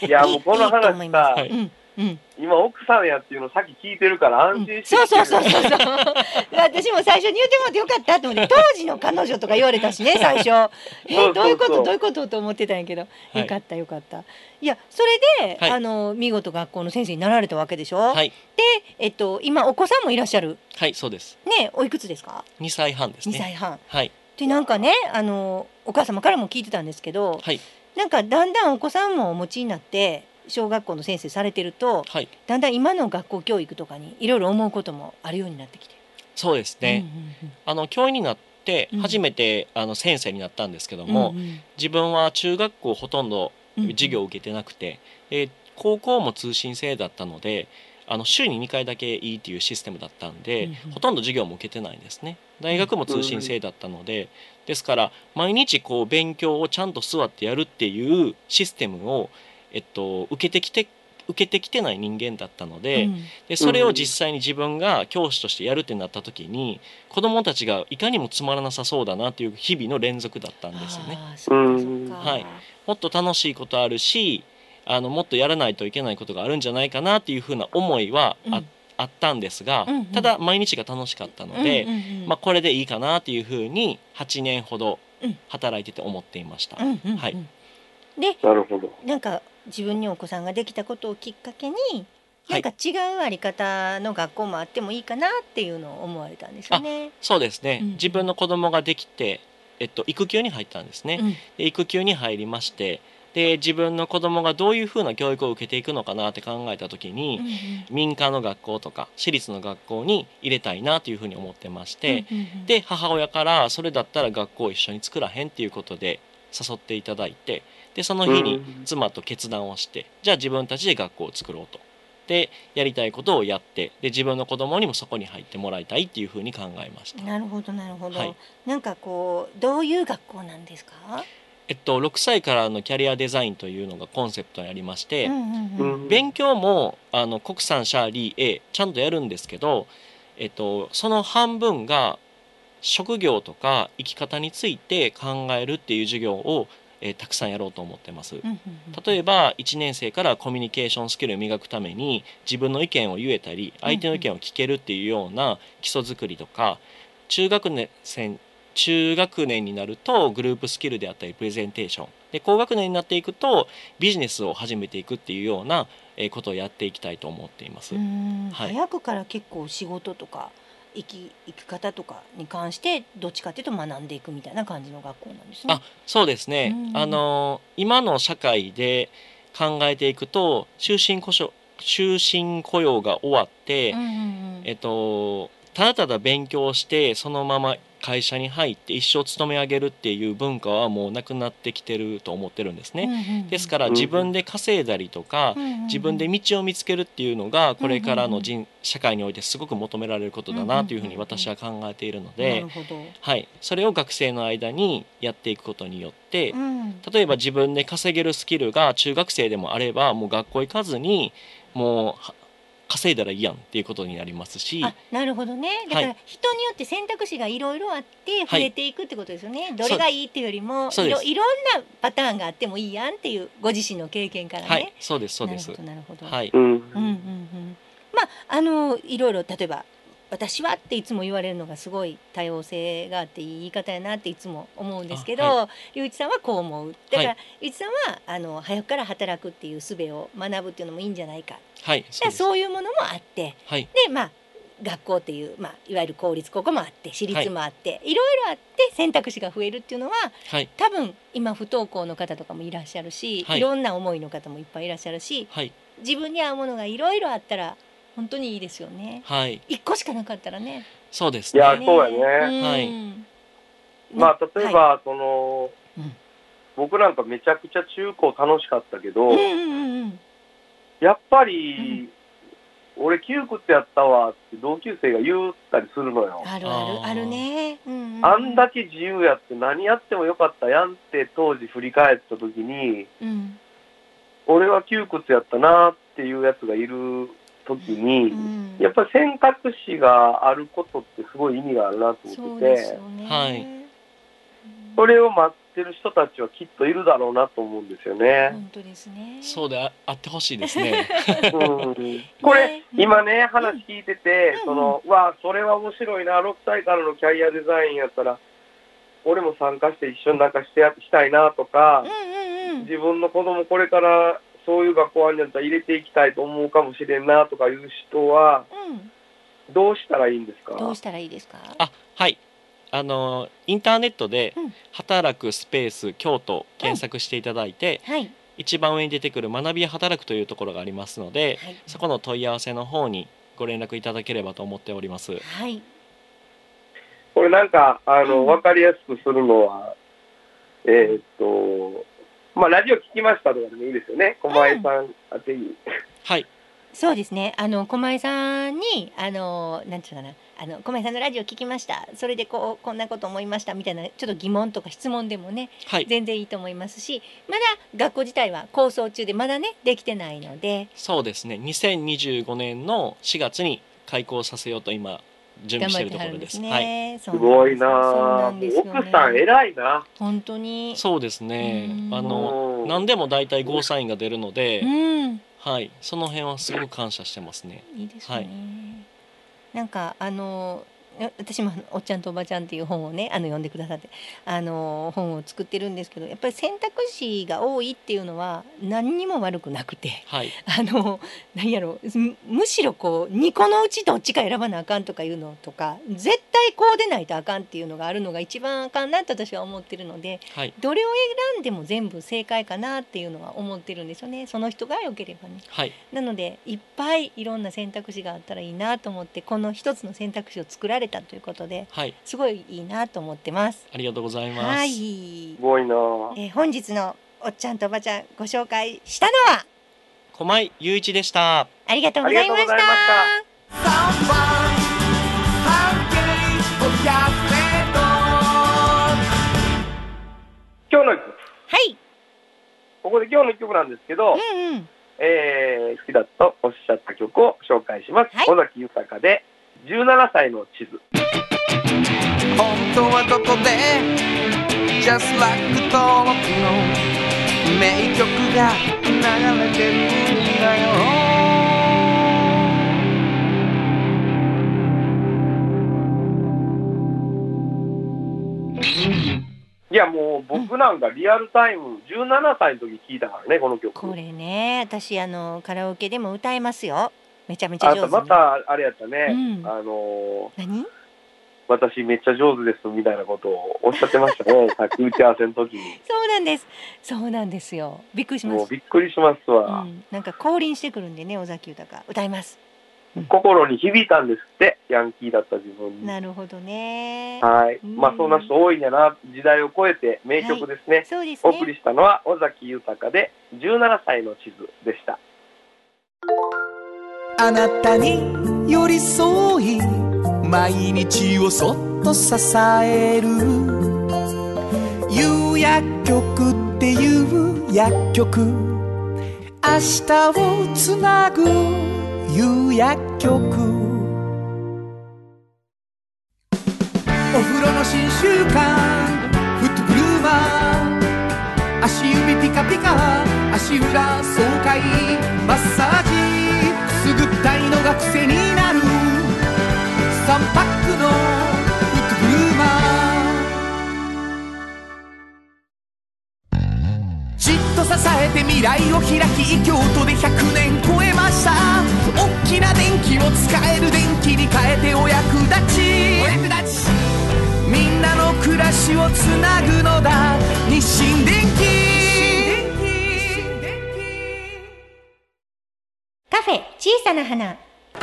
いやもうこの話さ。はい、うん、今奥さんやっていうのさっき聞いてるから安心して、 うん、そうそうそうそう私も最初に言ってもらってよかったと思って当時の彼女とか言われたしね最初えどういうことどういうことと思ってたんやけど、よかったよかった。いやそれで、はい、あの見事学校の先生になられたわけでしょ、はい、で、えっと、今お子さんもいらっしゃる。 はいそうです。 ねおいくつですか？ にさいはんですね。 にさいはん。 はい。 でなんかねあのお母様からも聞いてたんですけど、はい、なんかだんだんお子さんもお持ちになって小学校の先生されてると、はい、だんだん今の学校教育とかにいろいろ思うこともあるようになってきて。 そうですね、うんうんうん、あの教員になって初めて、うん、あの先生になったんですけども、うんうん、自分は中学校ほとんど授業を受けてなくて、うんうん、えー、高校も通信制だったのであの週ににかいだけいいっていうシステムだったんで、うんうん、ほとんど授業も受けてないんですね。大学も通信制だったので、うん、ですから毎日こう勉強をちゃんと座ってやるっていうシステムをえっと、受けてきて受けてきてない人間だったので、うん、でそれを実際に自分が教師としてやるってなった時に子どもたちがいかにもつまらなさそうだなという日々の連続だったんですよね。はい、もっと楽しいことあるしあのもっとやらないといけないことがあるんじゃないかなっていうふうな思いは あ,、うん、あったんですが、うんうん、ただ毎日が楽しかったので、うんうんうんまあ、これでいいかなっていうふうにはちねんほど働いてて思っていました。うんうんうん、はい、 でなるほどなんか自分にお子さんができたことをきっかけになんか違うあり方の学校もあってもいいかなっていうのを思われたんですよね。 あそうですね、うん、自分の子供ができて、えっと、育休に入ったんですね、うん、で育休に入りましてで自分の子供がどういうふうな教育を受けていくのかなって考えた時に、うんうん、民間の学校とか私立の学校に入れたいなというふうに思ってまして、うんうんうん、で母親からそれだったら学校を一緒に作らへんっていうことで誘っていただいてでその日に妻と決断をしてじゃあ自分たちで学校を作ろうとでやりたいことをやってで自分の子供にもそこに入ってもらいたいっていうふうに考えました。 なるほどなるほど、はい、なんかこうどういう学校なんですか？ えっと、ろくさいからのキャリアデザインというのがコンセプトにありまして、うんうんうん、勉強もあの国産シャーリー A ちゃんとやるんですけど、えっと、その半分が職業とか生き方について考えるっていう授業を、えー、たくさんやろうと思ってます。うんうんうん、例えばいちねん生からコミュニケーションスキルを磨くために自分の意見を言えたり相手の意見を聞けるっていうような基礎作りとか中学年中学年になるとグループスキルであったりプレゼンテーションで高学年になっていくとビジネスを始めていくっていうようなことをやっていきたいと思っています。 うん、はい、早くから結構仕事とか生き生き方とかに関してどっちかっていうと学んでいくみたいな感じの学校なんですね。 あ、そうですね。あの今の社会で考えていくと終身雇用終身雇用が終わって、うんうんうん、えっとただただ勉強してそのまま会社に入って一生勤め上げるっていう文化はもうなくなってきてると思ってるんですね、うんうんうん、ですから自分で稼いだりとか、うんうんうん、自分で道を見つけるっていうのがこれからの人、うんうん、社会においてすごく求められることだなというふうに私は考えているので、はい、それを学生の間にやっていくことによって、うん、例えば自分で稼げるスキルが中学生でもあればもう学校行かずにもう稼いだらいいやんっていうことになりますし。 あ、なるほどね。だから人によって選択肢がいろいろあって増えていくってことですよね、はい、どれがいいっていうよりもいろ、いろんなパターンがあってもいいやんっていうご自身の経験からね。 はい、そうですそうです。 なるほどなるほど。 はい。 うんうんうんうん。まああのいろいろ例えば私はっていつも言われるのがすごい多様性があっていい言い方やなっていつも思うんですけど、はい、龍一さんはこう思う。だから、はい、龍一さんはあの早くから働くっていう術を学ぶっていうのもいいんじゃないか。 はい、 そうそういうものもあって、はい、でまあ学校っていう、まあ、いわゆる公立高校もあって私立もあって、はい、いろいろあって選択肢が増えるっていうのは、はい、多分今不登校の方とかもいらっしゃるし、はい、いろんな思いの方もいっぱいいらっしゃるし、はい、自分に合うものがいろいろあったら本当にいいですよね。はい。一個しかなかったらね。 そうですね。 いや、そうやね。 はい。 まあ例えば、はい、その、うん、僕なんかめちゃくちゃ中高楽しかったけど、うんうんうん、やっぱり、うん、俺窮屈やったわって同級生が言ったりするのよ。 あるあるあるね、うんうん。 あんだけ自由やって何やってもよかったやんって当時振り返った時に、うん、俺は窮屈やったなっていうやつがいる時に、うん、やっぱり選択肢があることってすごい意味があるなと思ってて、そうですよね、はい、それを待ってる人たちはきっといるだろうなと思うんですよね。 本当ですね。 そうで あ, あってほしいですね、 うん、これ、ね、今ね話聞いてて、うん、そのうわそれは面白いな、ろくさいからのキャリアデザインやったら俺も参加して一緒になんかしてやしたいなとか、うんうんうん、自分の子供これからそういう学校あるんだったら入れていきたいと思うかもしれんなとかいう人は、うん、どうしたらいいんですか？ どうしたらいいですか？ あ、はい、あのインターネットで働くスペース京都検索していただいて、うんはい、一番上に出てくる学びや働くというところがありますので、はい、そこの問い合わせの方にご連絡いただければと思っております。 はい、 これなんかあの、うん、分かりやすくするのはえー、っとまあ、ラジオ聞きましたとかでもいいですよね、駒井さんあてに、うん、 はい、 そうですね、あの駒井さんにあのなんていうかな、 あの小林さんのラジオ聞きました、それでこうこんなこと思いましたみたいなちょっと疑問とか質問でもね、はい、全然いいと思いますし、まだ学校自体は構想中でまだねできてないので。 そうですね、にせんにじゅうごねんのしがつに開校させようと今準備しているところです。 ね、 はい、 すごいな、ね、奥さん偉いな。 本当にそうですね、あの何でも大体ゴーサインが出るので、うん、はい、その辺はすごく感謝してますね。 いいですね、はい、なんかあの私もおっちゃんとおばちゃんっていう本をねあの読んでくださってあの本を作ってるんですけど、やっぱり選択肢が多いっていうのは何にも悪くなくて、はい、あの何やろむしろこうにこのうちどっちか選ばなあかんとかいうのとか、絶対こうでないとあかんっていうのがあるのが一番あかんなって私は思ってるので、はい、どれを選んでも全部正解かなっていうのは思ってるんですよね、その人が良ければね、はい、なのでいっぱいいろんな選択肢があったらいいなと思って、この一つの選択肢を作られたということで、はい、すごいいいなと思ってます。 ありがとうございます。 はい、 すごいな、 えー、本日のおっちゃんとおばちゃんご紹介したのは駒井雄一でした。 ありがとうございました。 今日の一曲、 はい、 ここで今日の一曲なんですけど、うんうん、えー、好きだとおっしゃった曲を紹介します。はい、尾崎豊でじゅうななさいの地図。 本当はどこで Just like 登録の名曲が流れてるんだよ。 いやもう僕なんかリアルタイムじゅうななさいの時聞いたからね、この曲。 これね、私あのカラオケでも歌えますよ。めちゃめちゃ上手に。 あ、またあれやったね、うん、あのー、 何私めっちゃ上手ですみたいなことをおっしゃってましたねさっき打ち合わせの時に。 そうなんです、そうなんですよ、びっくりします。 もうびっくりしますわ、 うん、なんか降臨してくるんでね、尾崎豊歌います、 うん、心に響いたんですって、ヤンキーだった自分に。 なるほどね、 はい、うん、まあそんな人多いんやな、時代を超えて名曲ですね、はい、 そうですね。 お送りしたのは尾崎豊でじゅうななさいの地図でした。 あなたに寄り添い毎日をそっと支える夕薬局っていう薬局、明日をつなぐ夕薬局。お風呂の新習慣フットグルーマー、足指ピカピカ足裏爽快マッサージ、くすぐったいのが癖になるさんパックのフットグルーマー、じっと支えて未来を開き京都でひゃくねん超えました。大きな電気を使える電気に変えてお役立ち、お役立ち、みんなの暮らしをつなぐのだ日清電気。 カフェ小さな花。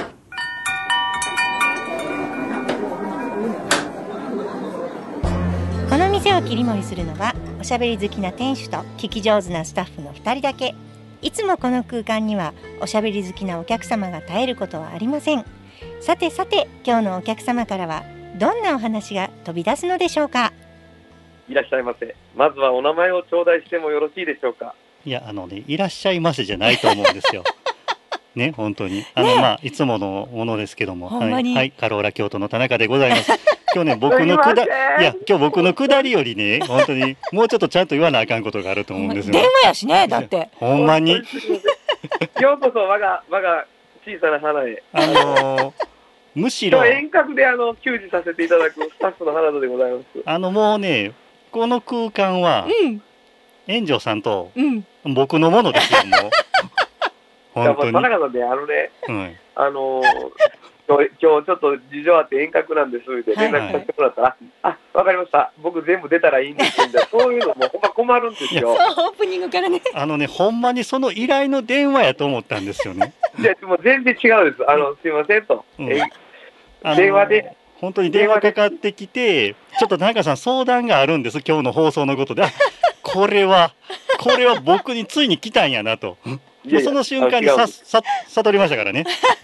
この店を切り盛りするのはおしゃべり好きな店主と聞き上手なスタッフのふたりだけ。いつもこの空間にはおしゃべり好きなお客様が絶えることはありません。さてさて、今日のお客様からはどんなお話が飛び出すのでしょうか。 いらっしゃいませ。まずはお名前を頂戴してもよろしいでしょうか。 いや、あのね、いらっしゃいませじゃないと思うんですよね、本当にあの、ね、まあいつものものですけども、はい、はい、カローラ京都の田中でございます今日ね、僕のくだいや今日僕のくだりよりね、本当にもうちょっとちゃんと言わなあかんことがあると思うんですよ。 電話やしね、だってほんまにようこそ我が我が小さな花へ。 あのー、むしろ遠隔であの給仕させていただくスタッフの花田でございます。 あのもうね、この空間は、うん、炎上さんと、うん、僕のものですよ、もう本当に。 田中さんであのね、うん、あのー今日、今日ちょっと事情あって遠隔なんですって連絡させてもらったら、はいはい、あ、わかりました、僕全部出たらいいんですみたいな、そういうのもほんま困るんですよ。 そうオープニングからね、 あのね、ほんまにその依頼の電話やと思ったんですよね。 いや、もう全然違うです。あの、すいませんと、うん、え電話で本当に電話かかってきて、ちょっと田中さん相談があるんです、今日の放送のことで。あ、これはこれは僕についに来たんやなと。いやいや、その瞬間にささ悟りましたからね。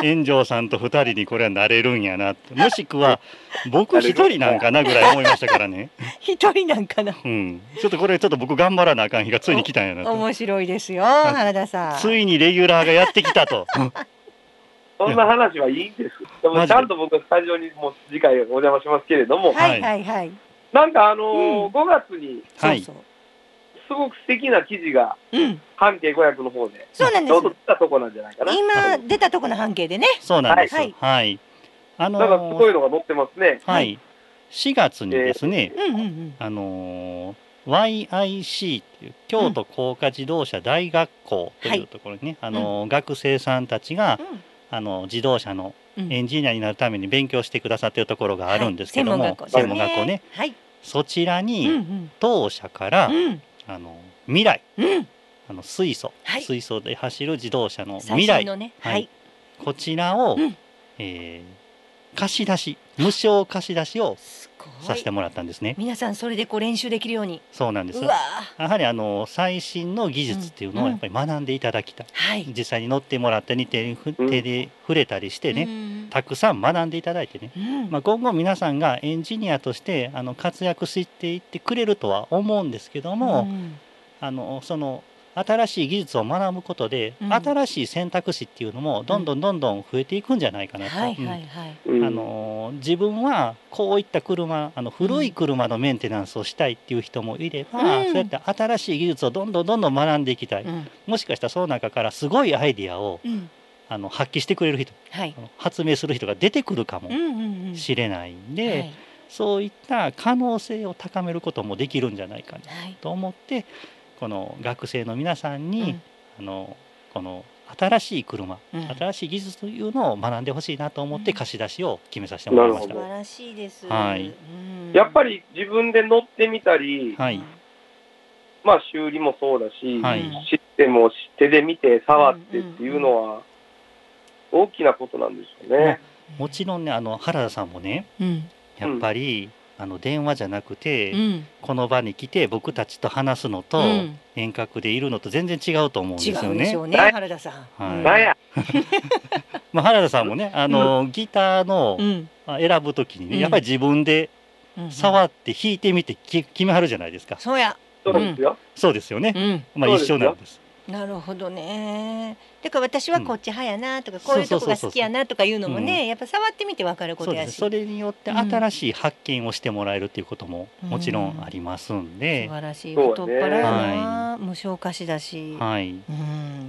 炎上さんとふたりにこれはなれるんやなもしくは僕一人なんかなぐらい思いましたからね一人なんかな、 うん、ちょっとこれちょっと僕頑張らなあかん日がついに来たんやなと。 面白いですよ原田さん。 ついにレギュラーがやってきたとそんな話はいいんです。でもちゃんと僕はスタジオにもう次回お邪魔しますけれども、 はいはいはい、 なんかあのーうん、ごがつに、 はい、そうそうすごく素敵な記事が、うん、半径ごひゃくの方で、 そうなんです。 ちょうど出たとこなんじゃないかな。 今出たとこの半径でね。 そうなんです。はい。はい、 あのー、なんかすごいのが載ってますね。 はい。しがつにですね、えー、うんうんうん、あのー、ワイアイシー っていう京都工科自動車大学校というところにね、うん、あのーうん、学生さんたちが、うん、あの自動車のエンジニアになるために勉強してくださっているところがあるんですけども、はい、専門学校ね、はい、そちらに当社から、うんうん、あの未来、うん、あの水素、はい、水素で走る自動車の未来、ね、はいはい、こちらを、うん、えー、貸し出し無償貸し出しをさせてもらったんですね。 皆さんそれでこう練習できるように。 そうなんです。やはりあの最新の技術っていうのをやっぱり学んでいただきたい、うんうん、実際に乗ってもらったり手で触れたりしてね、うん、たくさん学んでいただいてね、うん、まあ、今後皆さんがエンジニアとしてあの活躍していってくれるとは思うんですけども、うん、あのその新しい技術を学ぶことで、うん、新しい選択肢っていうのもどんどんどんどん増えていくんじゃないかなと。自分はこういった車あの古い車のメンテナンスをしたいっていう人もいれば、うん、そうやって新しい技術をどんどんどんどん学んでいきたい、うん、もしかしたらその中からすごいアイディアを、うん、あの発揮してくれる人、はい、発明する人が出てくるかもしれないんで、はい、そういった可能性を高めることもできるんじゃないかなと思って、はい、この学生の皆さんに、うん、あのこの新しい車、うん、新しい技術というのを学んでほしいなと思って貸し出しを決めさせてもらいました。 素晴らしいです、 はい、 やっぱり自分で乗ってみたり、はい、まあ修理もそうだし、はい、システムを手で見て触ってっていうのは大きなことなんですよね。 もちろんね、あの原田さんもね、うん、やっぱり、うん、あの電話じゃなくて、うん、この場に来て僕たちと話すのと、うん、遠隔でいるのと全然違うと思うんですよね。違うでしょうね、原田さん。 はい。 まあ原田さんもね、あの、うん、ギターの、うん、選ぶときにね、やっぱり自分で触って弾いてみてき決めはるじゃないですか。 そうや。 そうですよ。 そうですよね。まあ一緒なんです。 なるほどね。だから私はこっち派やなとか、うん、こういうとこが好きやなとかいうのもね、うん、やっぱ触ってみて分かることやし、 それによって新しい発見をしてもらえるっていうことももちろんありますんで、 うん、素晴らしい太っ腹やな、はい、無償貸しだし、はい、うん、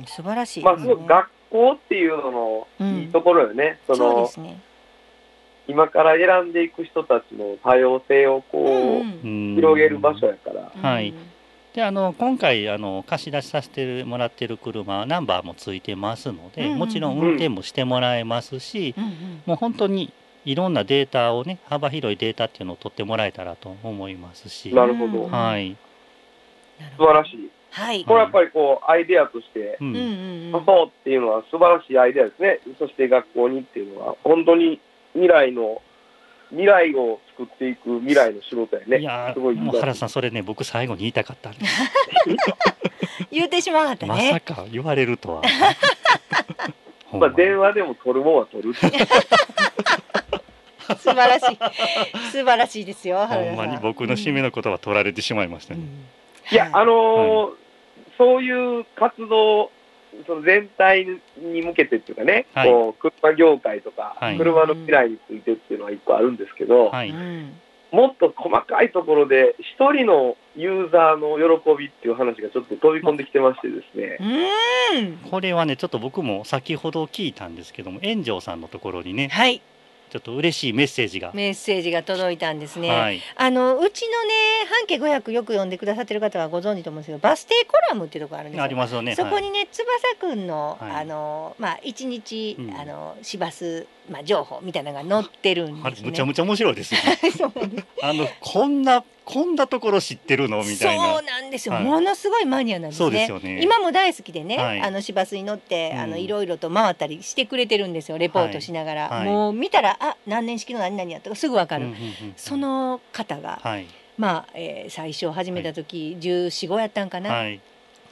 素晴らしい、ね。 まあその学校っていうののいいところよね。うん、そのそうですね。今から選んでいく人たちの多様性をこう、うん、広げる場所やから。 はい。であの今回あの貸し出しさせてもらってる車はナンバーもついてますので、うんうん、もちろん運転もしてもらえますし、うんうん、もう本当にいろんなデータをね、幅広いデータっていうのを取ってもらえたらと思いますし。 なるほど。 はい。 素晴らしい。はい。これやっぱりこうアイデアとして出そうっていうのは素晴らしいアイデアですね。そして学校にっていうのは本当に未来の未来を作っていく未来の仕事やね。 いやすごい。もう原さんそれね、僕最後に言いたかったんです。 言ってしまったね。 まさか言われるとは。 まあ電話でも取るもんは取る。素晴らしい。素晴らしいですよ。 ほんまに僕の締めの言葉取られてしまいましたね。うんうん、 いやあのーはい、そういう活動。その全体に向けてっていうかね、はい、こう車業界とか、はい、車の未来についてっていうのは一個あるんですけど、はい、もっと細かいところで一人のユーザーの喜びっていう話がちょっと飛び込んできてましてですね、 うん、これはねちょっと僕も先ほど聞いたんですけども、炎上さんのところにね、はい、ちょっと嬉しいメッセージがメッセージが届いたんですね。はい、あのうちのね半径ごひゃくよく読んでくださってる方はご存知と思うんですけど、バス停コラムっていうところあるんですよ。 ありますよね。 そこにね、はい、翼くんの、はい、あのまあ一日、うん、あの市バスまあ情報みたいなのが載ってるんですね。 むちゃむちゃ面白いですよね。そうなんです。あのこんなこんなところ知ってるのみたいな。 そうなんですよ、はい、ものすごいマニアなんですね。 そうですよね。 今も大好きでね、はい、あの市バスに乗って、うん、あのいろいろと回ったりしてくれてるんですよ、レポートしながら、はい、もう見たらあ何年式の何々やったかすぐ分かる、うんうんうんうん、その方が、はい、まあ、えー、最初始めた時、はい、じゅうよん、ごやったんかな、はい、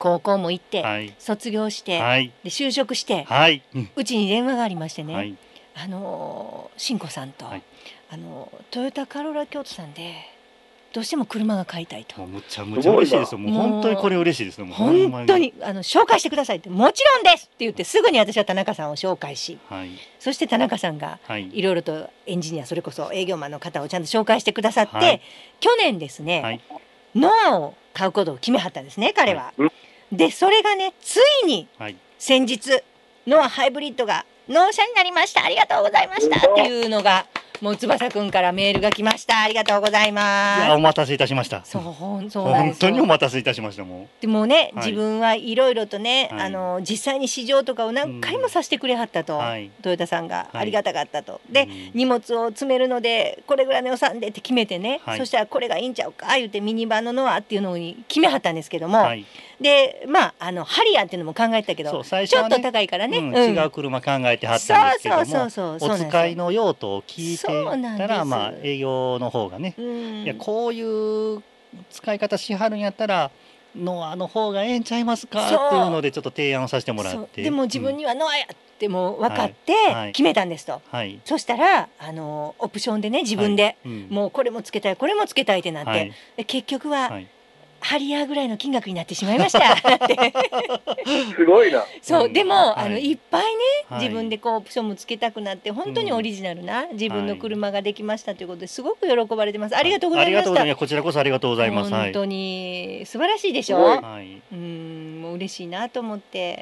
高校も行って、はい、卒業して、はい、で就職して、はい、うちに電話がありましてね、はい、あのしんこさんと、はい、あのトヨタカローラ京都さんでどうしても車が買いたいと。 もうむちゃむちゃ嬉しいですよ。もう本当にこれ嬉しいですよ。 もう本当にあの紹介してくださいって、もちろんですって言ってすぐに私は田中さんを紹介し、はい、そして田中さんがいろいろとエンジニア、それこそ営業マンの方をちゃんと紹介してくださって、はい、去年ですね、はい、ノアを買うことを決めはったんですね、彼は。はい、でそれがね、ついに先日ノアハイブリッドが納車になりました、ありがとうございましたっていうのがもう翼くんからメールが来ました。ありがとうございます。 いやお待たせいたしました。 そう、そう本当にお待たせいたしました。もうでもね、はい、自分はいろいろとね、はい、あの実際に試乗とかを何回もさせてくれはったと、はい、トヨタさんがありがたかったと、はい、で、うん、荷物を詰めるのでこれぐらいの予算でって決めてね、はい、そしたらこれがいいんちゃうか言ってミニバンのノアっていうのに決めはったんですけども、はい、でまああのハリアーっていうのも考えたけど、そう最初はね、ちょっと高いからね、 うんうん、違う車考えてはったんですけども、そうそうそうそう、お使いの用途を聞いてたら、まあ営業の方がね、うん、いやこういう使い方しはるんやったらノアの方がええんちゃいますかっていうのでちょっと提案をさせてもらって、 でも自分にはノアやっても分かって決めたんですと、はいはい、そしたらあのオプションでね、自分で、はい、うん、もうこれもつけたいこれもつけたいってなって、はい、で結局は、はい、ハリアーぐらいの金額になってしまいましたってすごいな。 そう、うん、でも、はい、あのいっぱいね、はい、自分でこうオプションもつけたくなって本当にオリジナルな自分の車ができましたということですごく喜ばれてます。ありがとうございました。はい、ありがとうございます。 こちらこそありがとうございます。 本当に素晴らしいでしょ。はい、うん、もう嬉しいなと思って。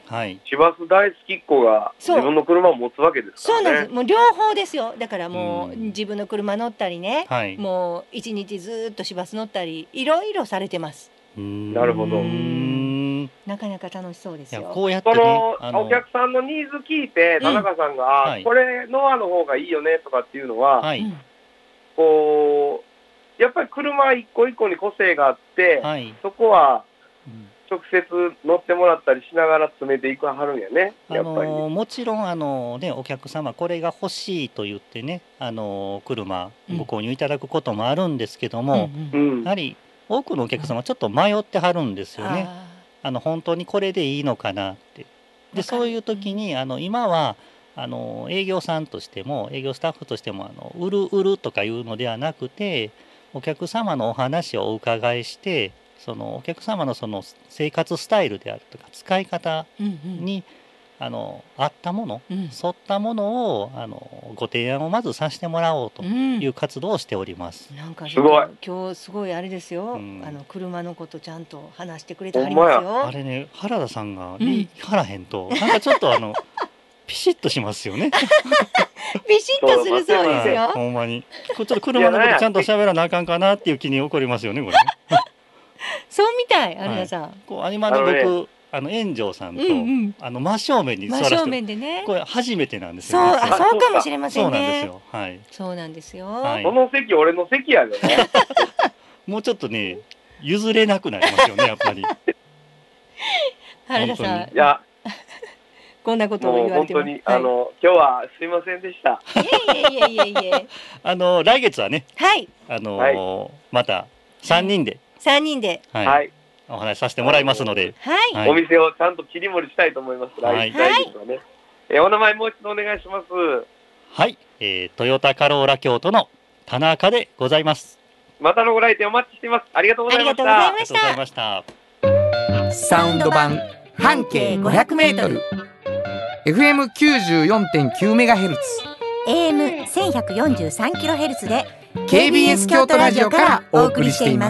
はい。市バス大好きっ子が自分の車を持つわけですからね。 そうなんです。もう両方ですよ。だからもう自分の車乗ったりね、はい、もう一日ずっと市バス乗ったりいろいろされてます。 なるほど。 なかなか楽しそうですよ。 こうやってね、 そのお客さんのニーズ聞いて、田中さんが、うん、はい、これノアの方がいいよねとかっていうのは、はい、こうやっぱり車一個一個に個性があって、はい、そこは直接乗ってもらったりしながら詰めていくはるんやね。やっぱり、あのもちろんあの、ね、お客様これが欲しいと言ってね、あの車ご購入いただくこともあるんですけども、うんうん、やはり多くのお客様ちょっと迷ってはるんですよね。あの本当にこれでいいのかなって。でそういう時にあの今はあの営業さんとしても営業スタッフとしてもあの売る売るとかいうのではなくて、お客様のお話をお伺いして、そのお客様のその生活スタイルであるとか使い方に、うんうん、あの合ったもの、うん、沿ったものをあのご提案をまずさせてもらおうという活動をしております。 うん、なんかすごい今日すごいあれですよ、うん、あの車のことちゃんと話してくれてはりますよ。 あれね、原田さんが言い張らへんと、うん、なんかちょっとあのピシッとしますよね。 ピシッとするそうですよ。 ほんまにちょっと車のことちゃんと喋らなあかんかなっていう気に起こりますよね、これ。 そうみたい、有田さん。はい、 こう今ね、僕あの炎上さんと、うんうん、あの真正面に座らせて、真正面でね、これ初めてなんですよ、 ね。そう、あ、そうかもしれませんね。 そうなんですよ。はい。 そうなんですよ。 はい、この席俺の席やでね。 もうちょっとね譲れなくなりますよね、やっぱり。 原田さん。 いや。 こんなことを言われても、 もう本当に、はい、あの今日はすいませんでした。 いえいえいえいえいえ。 あの来月はね、 はい。 あの、はい、また三人で。 三人で。 はい。はい、お話しさせてもらいますので、 はいはい、お店をちゃんと切り盛りしたいと思います。はい、来月はね、えー、お名前もう一度お願いします。 はい、えー、トヨタカローラ京都の田中でございます。 またのご来店お待ちしています。ありがとうございました。 ありがとうございました。 サウンド版半径ごひゃくメートル、エフエムきゅうじゅうよんてんきゅうメガヘルツ、 エーエムせんひゃくよんじゅうさんキロヘルツ でケービーエス 京都ラジオからお送りしています。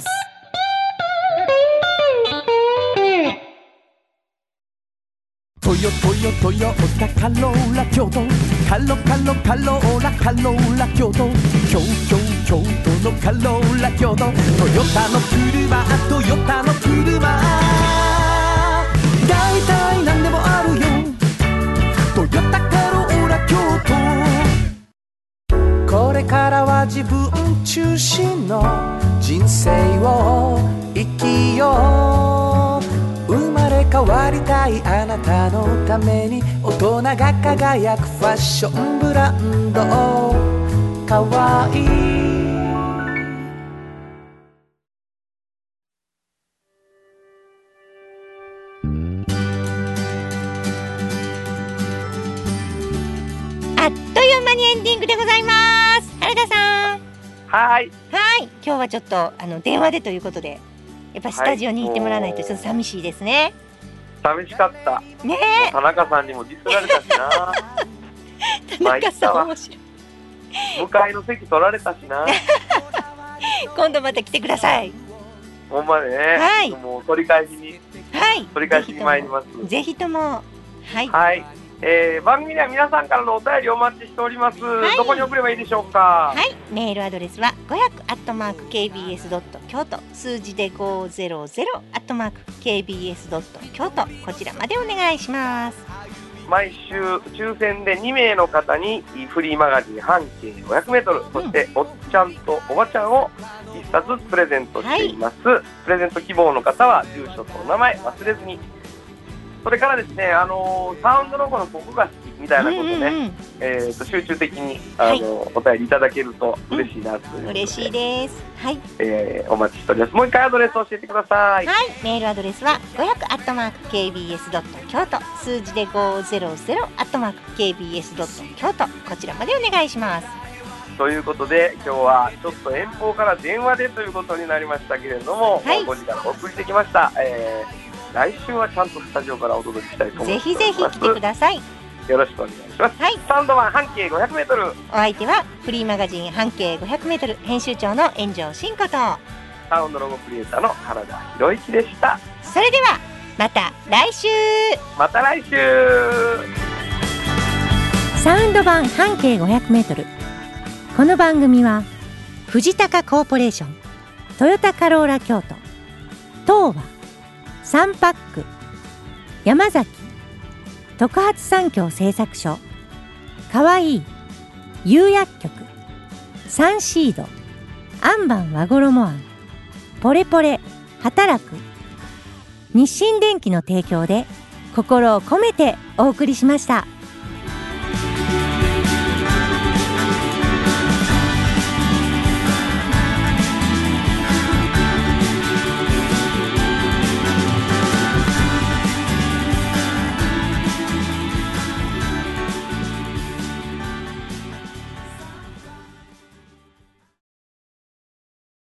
トヨトヨトヨタカローラ京都、カロカロカローラカローラ京都、京京京都のカローラ京都、トヨタの車トヨタの車、だいたいなんでもあるよ、トヨタカローラ京都。これからは自分中心の人生を生きよう、生まれ変わりたいあなたのために大人が輝くファッションブランド、かわいい。 あっという間にエンディングでございます。原田さん。 はい。 はい。今日はちょっとあの電話でということで、やっぱスタジオに行ってもらわないとちょっと寂しいですね。 はい、寂しかった。 ねえ。 田中さんにもディスられたしな。 田中さん面白い。 向かいの席取られたしな。 今度また来てください。 ほんまね。はい。もう取り返しに。 はい。 取り返しに参ります。 ぜひとも。はい。 はい。えー、番組では皆さんからのお便りお待ちしております、はい、どこに送ればいいでしょうか。 はい、メールアドレスはごひゃくアットマーク ケービーエスドット京都、数字でごひゃくアットマーク ケービーエスドット京都、こちらまでお願いします。 毎週抽選でにめいの方にフリーマガジン半径ごひゃくメートル、うん、そしておっちゃんとおばちゃんをいっさつプレゼントしています、はい、プレゼント希望の方は住所とお名前忘れずに。それからですね、あのー、サウンドロゴのここが好きみたいなことね、うんうんうん、えー、と集中的に、あのーはい、お便りいただけると嬉しいなという、うん、 嬉しいです。はい、 えー、お待ちしております。もう一回アドレス教えてください。 はい、メールアドレスはごひゃくアットマーク ケービーエスドット京都、数字でごひゃくアットマーク ケービーエスドット京都、こちらまでお願いします。 ということで今日はちょっと遠方から電話でということになりましたけれども、はい、ごじからお送りしてきました。えー来週はちゃんとスタジオからお届けしたいと思います。 ぜひぜひ来てください。 よろしくお願いします。はい、サウンド版半径ごひゃくメートル、 お相手はフリーマガジン半径ごひゃくメートル編集長の炎上真子とサウンドロゴクリエイターの原田博之でした。 それではまた来週。 また来週。 サウンド版半径ごひゃくメートル、この番組は藤高コーポレーション、トヨタカローラ京都、東和、サンパック、山崎、特発産業製作所、かわいい、釉薬局、サンシード、アンバン和衣あん、ポレポレ、働く、日清電機の提供で心を込めてお送りしました。